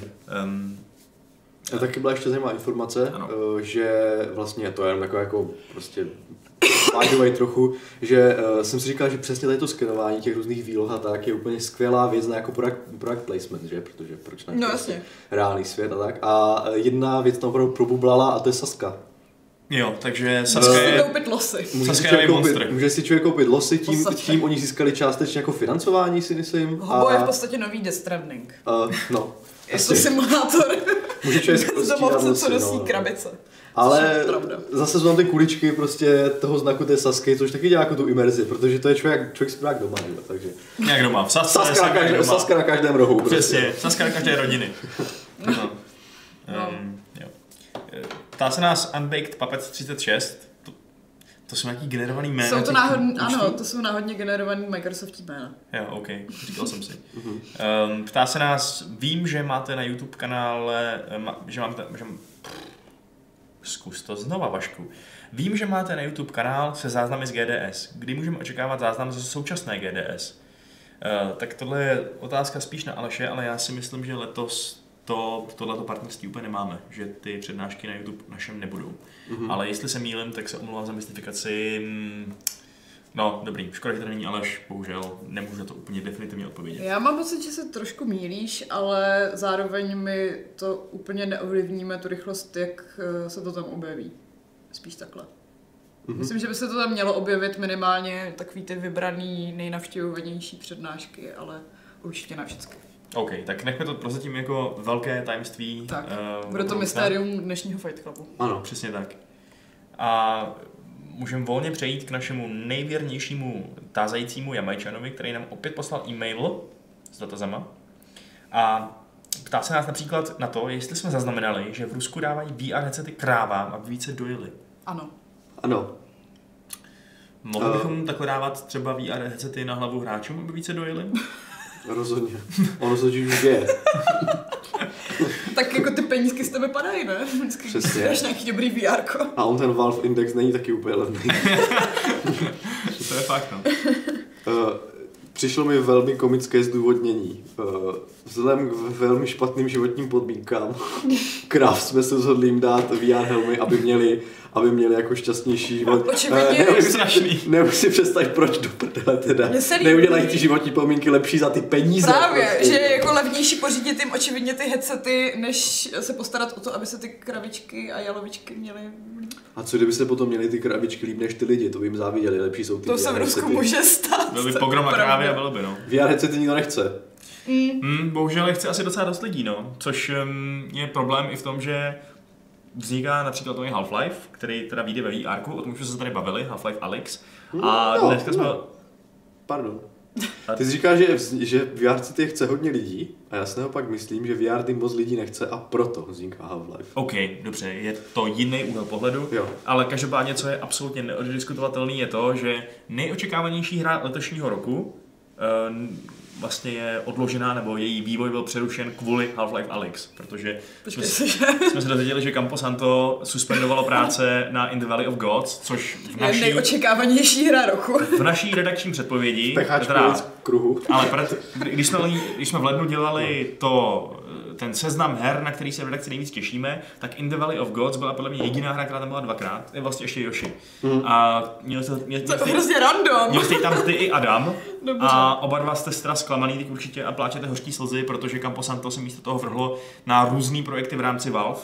Speaker 2: A taky byla ještě zajímavá informace, že vlastně to je jenom jako prostě vážovej trochu, že jsem si říkal, že přesně tady to skenování těch různých výloh a tak je úplně skvělá věc na jako product placement, že? Protože proč ne?
Speaker 3: No jasně.
Speaker 2: Reálný svět a tak. A jedna věc tam opravdu probublala a to je Saska.
Speaker 1: Jo, takže Saska je...
Speaker 3: Můžeš si koupit losy.
Speaker 2: Může si člověk koupit losy, tím oni získali částečně jako financování, si myslím.
Speaker 3: Hobo je v podstatě nový Death Stranding.
Speaker 2: No.
Speaker 3: Je to simulátor.
Speaker 2: Můžeš je
Speaker 3: Z domovce, co nosí krabice.
Speaker 2: Ale zase jsou tam ty kuličky prostě toho znaku té Sasky, což taky dělá jako tu imerzi, protože to je člověk jak doma, takže...
Speaker 1: Jak doma, v Sasce
Speaker 2: Saska na každém rohu.
Speaker 1: Přesně, prostě. Saska na každé rodiny. No. Jo. Ptá se nás Unbaked Puppets 36, to jsou nějaký generovaný jména.
Speaker 3: Jsou to to jsou náhodně generovaný Microsoftí jména.
Speaker 1: Jo, OK, říkal jsem si. Ptá se nás, vím, že máte na YouTube kanále, zkus to znova, Vašku. Vím, že máte na YouTube kanál se záznamy z GDS. Kdy můžeme očekávat záznam ze současné GDS? Tak tohle je otázka spíš na Aleše, ale já si myslím, že letos tohleto partnerství úplně nemáme, že ty přednášky na YouTube našem nebudou. Ale jestli se mýlím, tak se omlouvám za mystifikaci. No, dobrý, škoda, že to není Aleš, bohužel nemůžu na to úplně definitivně odpovědět.
Speaker 3: Já mám pocit, že se trošku mýlíš, ale zároveň my to úplně neovlivníme tu rychlost, jak se to tam objeví. Spíš takhle. Myslím, že by se to tam mělo objevit minimálně takový ty vybraný, nejnavštěvovanější přednášky, ale určitě na všechny.
Speaker 1: OK, tak nechme to prozatím jako velké tajemství.
Speaker 3: Tak, bude to mystérium dnešního Fight Clubu.
Speaker 1: Ano, přesně tak. A můžeme volně přejít k našemu nejvěrnějšímu tázajícímu Jamajčanovi, který nám opět poslal e-mail s dotazama. A ptá se nás například na to, jestli jsme zaznamenali, že v Rusku dávají VR headsety krávám, aby více dojili.
Speaker 2: Ano.
Speaker 1: Mohli bychom takhle dávat třeba VR headsety na hlavu hráčům, aby více dojili?
Speaker 2: Rozhodně. Ono se totiž už děje.
Speaker 3: Tak jako ty penízky z tebe padají, ne?
Speaker 2: Přesně.
Speaker 3: Dáš nějaký dobrý VR-ko.
Speaker 2: A on ten Valve Index není taky úplně levný.
Speaker 1: To je fakt, no.
Speaker 2: Přišlo mi velmi komické zdůvodnění. Vzhledem k velmi špatným životním podmínkám kráv jsme se rozhodli jim dát VR helmy, aby měli jako šťastnější život. Nevím si představit, proč do prdele teda neudělají ty životní podmínky lepší za ty peníze.
Speaker 3: Právě, prostě. Že je jako levnější pořídit jim očividně ty headsety, než se postarat o to, aby se ty kravičky a jalovičky měly.
Speaker 2: A co kdyby se potom měli ty krabičky líp než ty lidi, to by jim záviděli, lepší jsou ty
Speaker 3: to se v Rusku může stát.
Speaker 1: Byl by pogrom na krávy a bylo by, no.
Speaker 2: VR headsety nikdo nechce.
Speaker 1: Bohužel je chce asi docela dost lidí, no. Což je problém i v tom, že vzniká například ten Half-Life, který teda vyjde ve VR-ku, o tom už jsme se tady bavili, Half-Life Alyx. A dneska jsme...
Speaker 2: Pardon. Ty jsi říkal, že VR ty chce hodně lidí a já si naopak myslím, že VR ty moc lidí nechce a proto vzniká Half-Life.
Speaker 1: OK, dobře, je to jiný úhel pohledu, ale každopádně, co je absolutně neoddiskutovatelný, je to, že nejočekávanější hra letošního roku vlastně je odložená, nebo její vývoj byl přerušen kvůli Half-Life Alyx, protože jsme se dozvěděli, že Camposanto suspendovalo práce na In the Valley of Gods, což v naší...
Speaker 3: nejočekávanější hra roku.
Speaker 1: V naší redakční předpovědi...
Speaker 2: kruhu.
Speaker 1: Ale když jsme v lednu dělali ten seznam her, na který se v redakci nejvíc těšíme, tak In the Valley of Gods byla podle mě jediná hra, která tam byla dvakrát, je vlastně ještě Yoshi. A
Speaker 3: to je hrozně random.
Speaker 1: Měl jste tam ty i Adam.
Speaker 3: Dobře.
Speaker 1: A oba dva jste teda zklamaný teď určitě a pláčete hořký slzy, protože Camposanto se místo toho vrhlo na různý projekty v rámci Valve.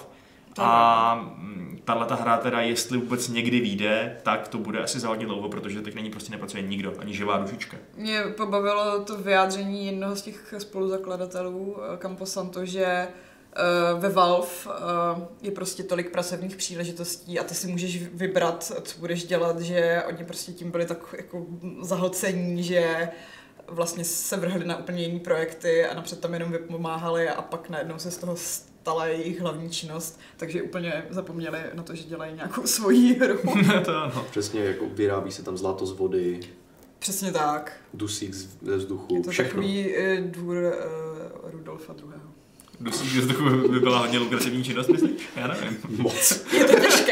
Speaker 1: A tahleta hra teda, jestli vůbec někdy vyjde, tak to bude asi za hodně dlouho, protože teď není prostě nepracuje nikdo, ani živá dušička.
Speaker 3: Mě pobavilo to vyjádření jednoho z těch spoluzakladatelů Camposanto, že ve Valve je prostě tolik pracovních příležitostí a ty si můžeš vybrat, co budeš dělat, že oni prostě tím byli tak jako zahlcení, že vlastně se vrhli na úplně jiný projekty a napřed tam jenom vypomáhali a pak najednou se z toho stala jejich hlavní činnost, takže úplně zapomněli na to, že dělají nějakou svoji hru.
Speaker 1: To ano.
Speaker 2: Přesně, jako vyrábí se tam zlato z vody.
Speaker 3: Přesně tak.
Speaker 2: Dusík ze vzduchu,
Speaker 3: je to
Speaker 2: všechno.
Speaker 3: Takový dvůr Rudolfa II.
Speaker 1: Dusík ze vzduchu by byla hodně lukrativní činnost, myslíš? Já nevím.
Speaker 2: Moc.
Speaker 3: Je to těžké.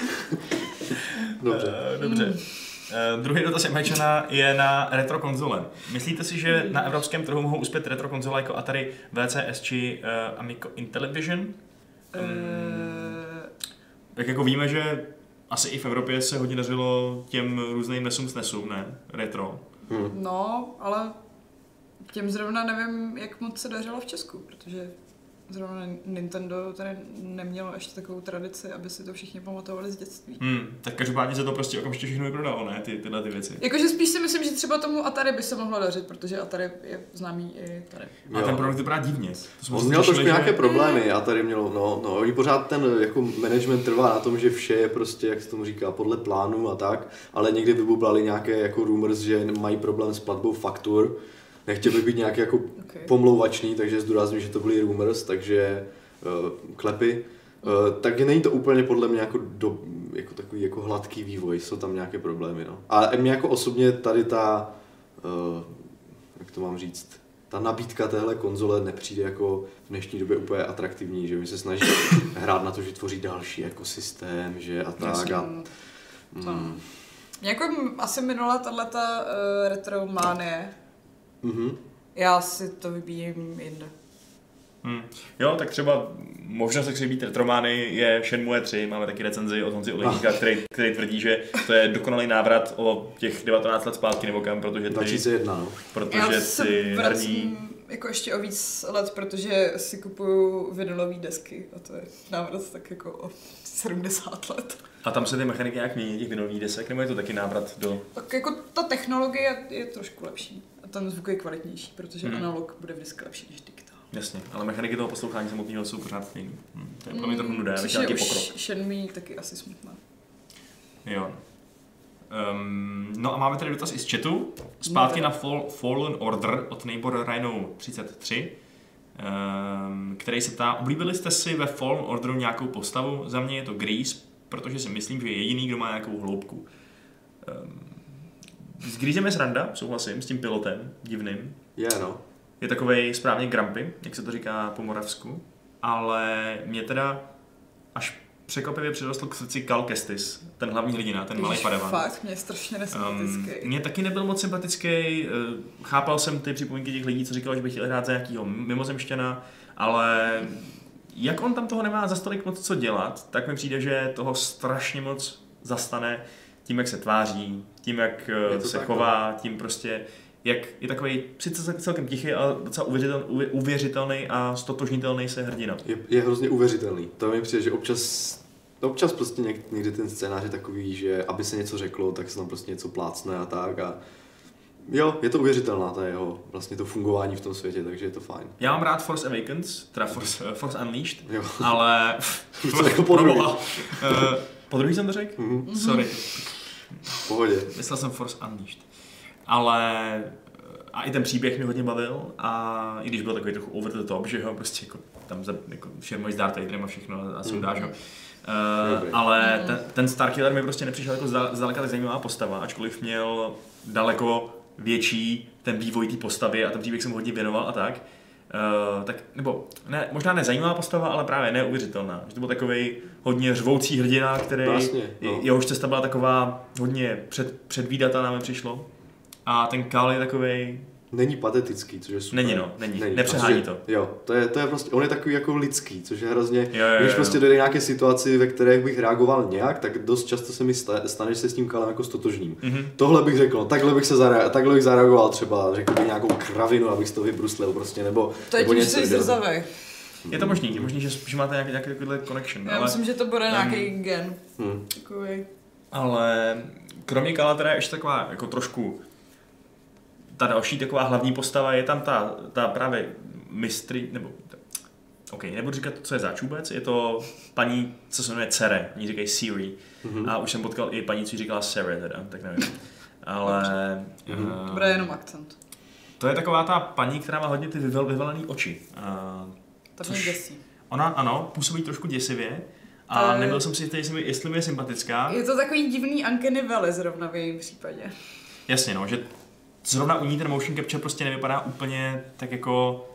Speaker 2: Dobře.
Speaker 1: Druhý dotaz Jamajčana je na retro konzole. Myslíte si, že na evropském trhu mohou uspět retro konzole jako Atari, VCS či Amico Intellivision? Tak jako víme, že asi i v Evropě se hodně dařilo těm různým NESům, ne? Retro.
Speaker 3: No, ale těm zrovna nevím, jak moc se dařilo v Česku, protože zrovna Nintendo tady nemělo ještě takovou tradici, aby si to všichni pamatovali z dětství.
Speaker 1: Tak každopádně se to prostě okamžitě všechno vyprodalo, ne? Tyhle ty věci.
Speaker 3: Jakože spíš si myslím, že třeba tomu Atari by se mohlo dařit, protože Atari je známý i tady.
Speaker 1: A ten produkt vypadá divně.
Speaker 2: On měl trošku nějaké problémy a tady mělo, no, oni pořád ten jako management trvá na tom, že vše je prostě, jak se tomu říká, podle plánu a tak, ale někdy vybublali nějaké jako rumors, že mají problém s platbou faktur. Nechtěl bych být nějaký jako pomlouvačný, takže zdůrazním, že to byly rumors, takže klepy. Takže není to úplně podle mě jako takový jako hladký vývoj, jsou tam nějaké problémy. No. A mě jako osobně tady ta, jak to mám říct, ta nabídka téhle konzole nepřijde jako v dnešní době úplně atraktivní, že mi se snaží hrát na to, že tvoří další ekosystém, že a tak.
Speaker 3: Mě jako asi minula tato retrománie. Já si to vybíjím jinde.
Speaker 1: Jo, tak třeba možnost, jak si být retromány, je Shenmue 3, máme taky recenzi od Honzy Olejníka, který tvrdí, že to je dokonalý návrat o těch 19 let zpátky nebo kam, protože
Speaker 2: 2001, no.
Speaker 1: Protože ty herní...
Speaker 3: jako ještě o víc let, protože si kupuju vinylové desky a to je návrat tak jako o 70 let.
Speaker 1: A tam se ty mechaniky nějak mění, těch vinylových desek, nebo je to taky návrat do...
Speaker 3: Tak jako ta technologie je trošku lepší a ten zvuk je kvalitnější, protože analog bude vždycky lepší než digitál.
Speaker 1: Jasně, ale mechaniky toho poslouchání samotného jsou pořád stejný. To je pro mě trochu nudné,
Speaker 3: což je už Shenmue taky asi smutná.
Speaker 1: Jo. No a máme tady dotaz i z chatu. Zpátky na Fallen Order od Neighbor Rhino 33, který se ptá, oblíbili jste si ve Fallen Orderu nějakou postavu? Za mě je to Grease, protože si myslím, že je jediný, kdo má nějakou hloubku. S Greasem je sranda, souhlasím, s tím pilotem divným.
Speaker 2: No.
Speaker 1: Je takovej správně grumpy, jak se to říká po moravsku, ale mě teda až překvapivě přirostl k srdci Cal Kestis, ten hlavní hrdina, ten malý padavan.
Speaker 3: Fakt, mě je strašně nesympatický.
Speaker 1: Mně taky nebyl moc sympatický, chápal jsem ty připomínky těch lidí, co říkali, že by chtěli hrát za nějakýho mimozemšťana, ale jak on tam toho nemá za stolik moc co dělat, tak mi přijde, že toho strašně moc zastane tím, jak se tváří, tím, jak se chová, tím prostě, jak je takový sice celkem tichý, ale docela uvěřitelný a stotožnitelný se hrdina.
Speaker 2: Je hrozně uvěřitelný. To mi přijde, že občas prostě někdy ten scénář je takový, že aby se něco řeklo, tak se tam prostě něco plácne a tak a jo, je to uvěřitelná ta jeho vlastně to fungování v tom světě, takže je to fajn.
Speaker 1: Já mám rád Force Awakens, teda Force Unleashed,
Speaker 2: jo.
Speaker 1: Ale
Speaker 2: jako
Speaker 1: po druhý jsem to řekl? Sorry.
Speaker 2: V pohodě.
Speaker 1: Myslel jsem Force Unleashed. Ale a i ten příběh mě hodně bavil a i když byl takový trochu over the top, že ho prostě jako tam jako šermoj s Darth Vaderem a všechno a soudáš ho. Ale ten Starkiller mi prostě nepřišel jako zdaleka tak zajímavá postava, ačkoliv měl daleko větší ten vývoj té postavy a ten příběh jsem hodně věnoval a tak. Tak, nebo ne, možná nezajímavá postava, ale právě neuvěřitelná. Že to byl takovej hodně řvoucí hrdina, který jehož cesta byla taková hodně předvídatelná mi přišlo. A ten Cal je takovej...
Speaker 2: Není patetický, což je super.
Speaker 1: Není. Nepřehání to.
Speaker 2: Jo, to je prostě, on je takový jako lidský, což je hrozně, když prostě dojde nějaké situaci, ve které bych reagoval nějak, tak dost často se mi stane, že se s tím Calem jako stotožním. Tohle bych řekl, no, takhle bych zareagoval třeba, řekl bych nějakou kravinu, abych z toho vybruslil prostě, nebo
Speaker 3: to je tím, že jsi zrzavej.
Speaker 1: Je to možný, že máte nějaký takovýhle connection.
Speaker 3: Já myslím, že to bude nějaký gen.
Speaker 1: Ale kromě Cala teda je ještě taková jako trošku ta další taková hlavní postava, je tam ta právě mistry, nebo nebudu říkat, co je zač vůbec, je to paní, co se jmenuje Cere, oni říkají Siri, a už jsem potkal i paní, co říkala Sarah teda, tak nevím, ale...
Speaker 3: To bude jenom akcent.
Speaker 1: To je taková ta paní, která má hodně ty vyvalený oči.
Speaker 3: To mě děsí.
Speaker 1: Ona, ano, působí trošku děsivě, a nebyl jsem si jistý, jestli mi je sympatická.
Speaker 3: Je to takový divný Uncanny Valley zrovna v jejím případě.
Speaker 1: Jasně, no, že zrovna u ní ten motion capture prostě nevypadá úplně tak jako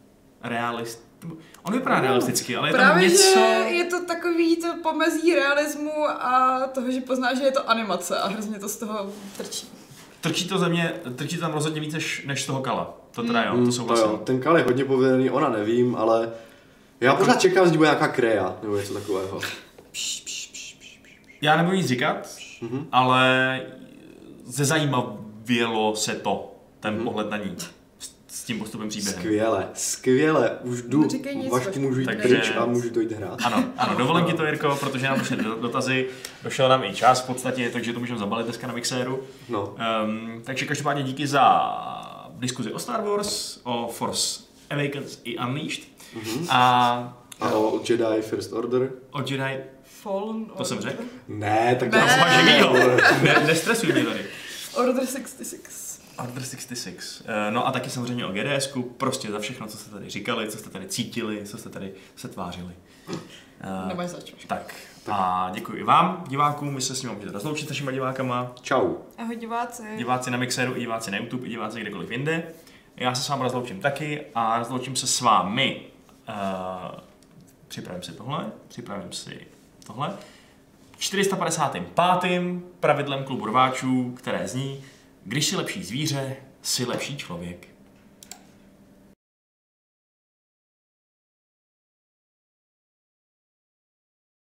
Speaker 1: on vypadá realisticky, ale je tam něco...
Speaker 3: Právě, že je to takový to pomezí realismu a toho, že poznáš, že je to animace a hrozně to z toho trčí.
Speaker 1: Trčí tam rozhodně víc než z toho Cala. To teda jo, to souhlasím.
Speaker 2: Ten Cal je hodně povedený, ona nevím, ale já pořád čekám, že bude nějaká kreja, nebo něco takového.
Speaker 1: Já nebudu nic říkat, ale zezajímavilo se to, ten pohled na ní. tím postupem příběhem.
Speaker 2: Skvěle, už jdu, Vašku můžu jít pryč a můžu to jít hrát.
Speaker 1: Ano, dovolenky to, Jirko, protože nám přišly dotazy, došel nám i čas v podstatě, takže to můžeme zabalit dneska na mixéru.
Speaker 2: No.
Speaker 1: Takže každopádně díky za diskuzi o Star Wars, o Force Awakens i Unleashed.
Speaker 2: A o Jedi First Order.
Speaker 1: O Jedi
Speaker 3: Fallen
Speaker 1: to jsem řekl?
Speaker 2: Ne, tak
Speaker 1: nestresuj mě tady.
Speaker 3: Order 66.
Speaker 1: Order 66. No a taky samozřejmě o GDSku, prostě za všechno, co jste tady říkali, co jste tady cítili, co jste tady se tvářili.
Speaker 3: Nemáš zač.
Speaker 1: Tak. A děkuji i vám, divákům, my se s nimi můžete rozloučit s našimi divákama.
Speaker 2: Čau.
Speaker 3: Ahoj diváci.
Speaker 1: Diváci na Mixeru, i diváci na YouTube, i diváci kdekoliv jinde. Já se s vámi rozloučím taky a rozloučím se s vámi. Připravím si tohle. 455. pravidlem klubu rváčů, které zní: když si lepší zvíře, si lepší člověk.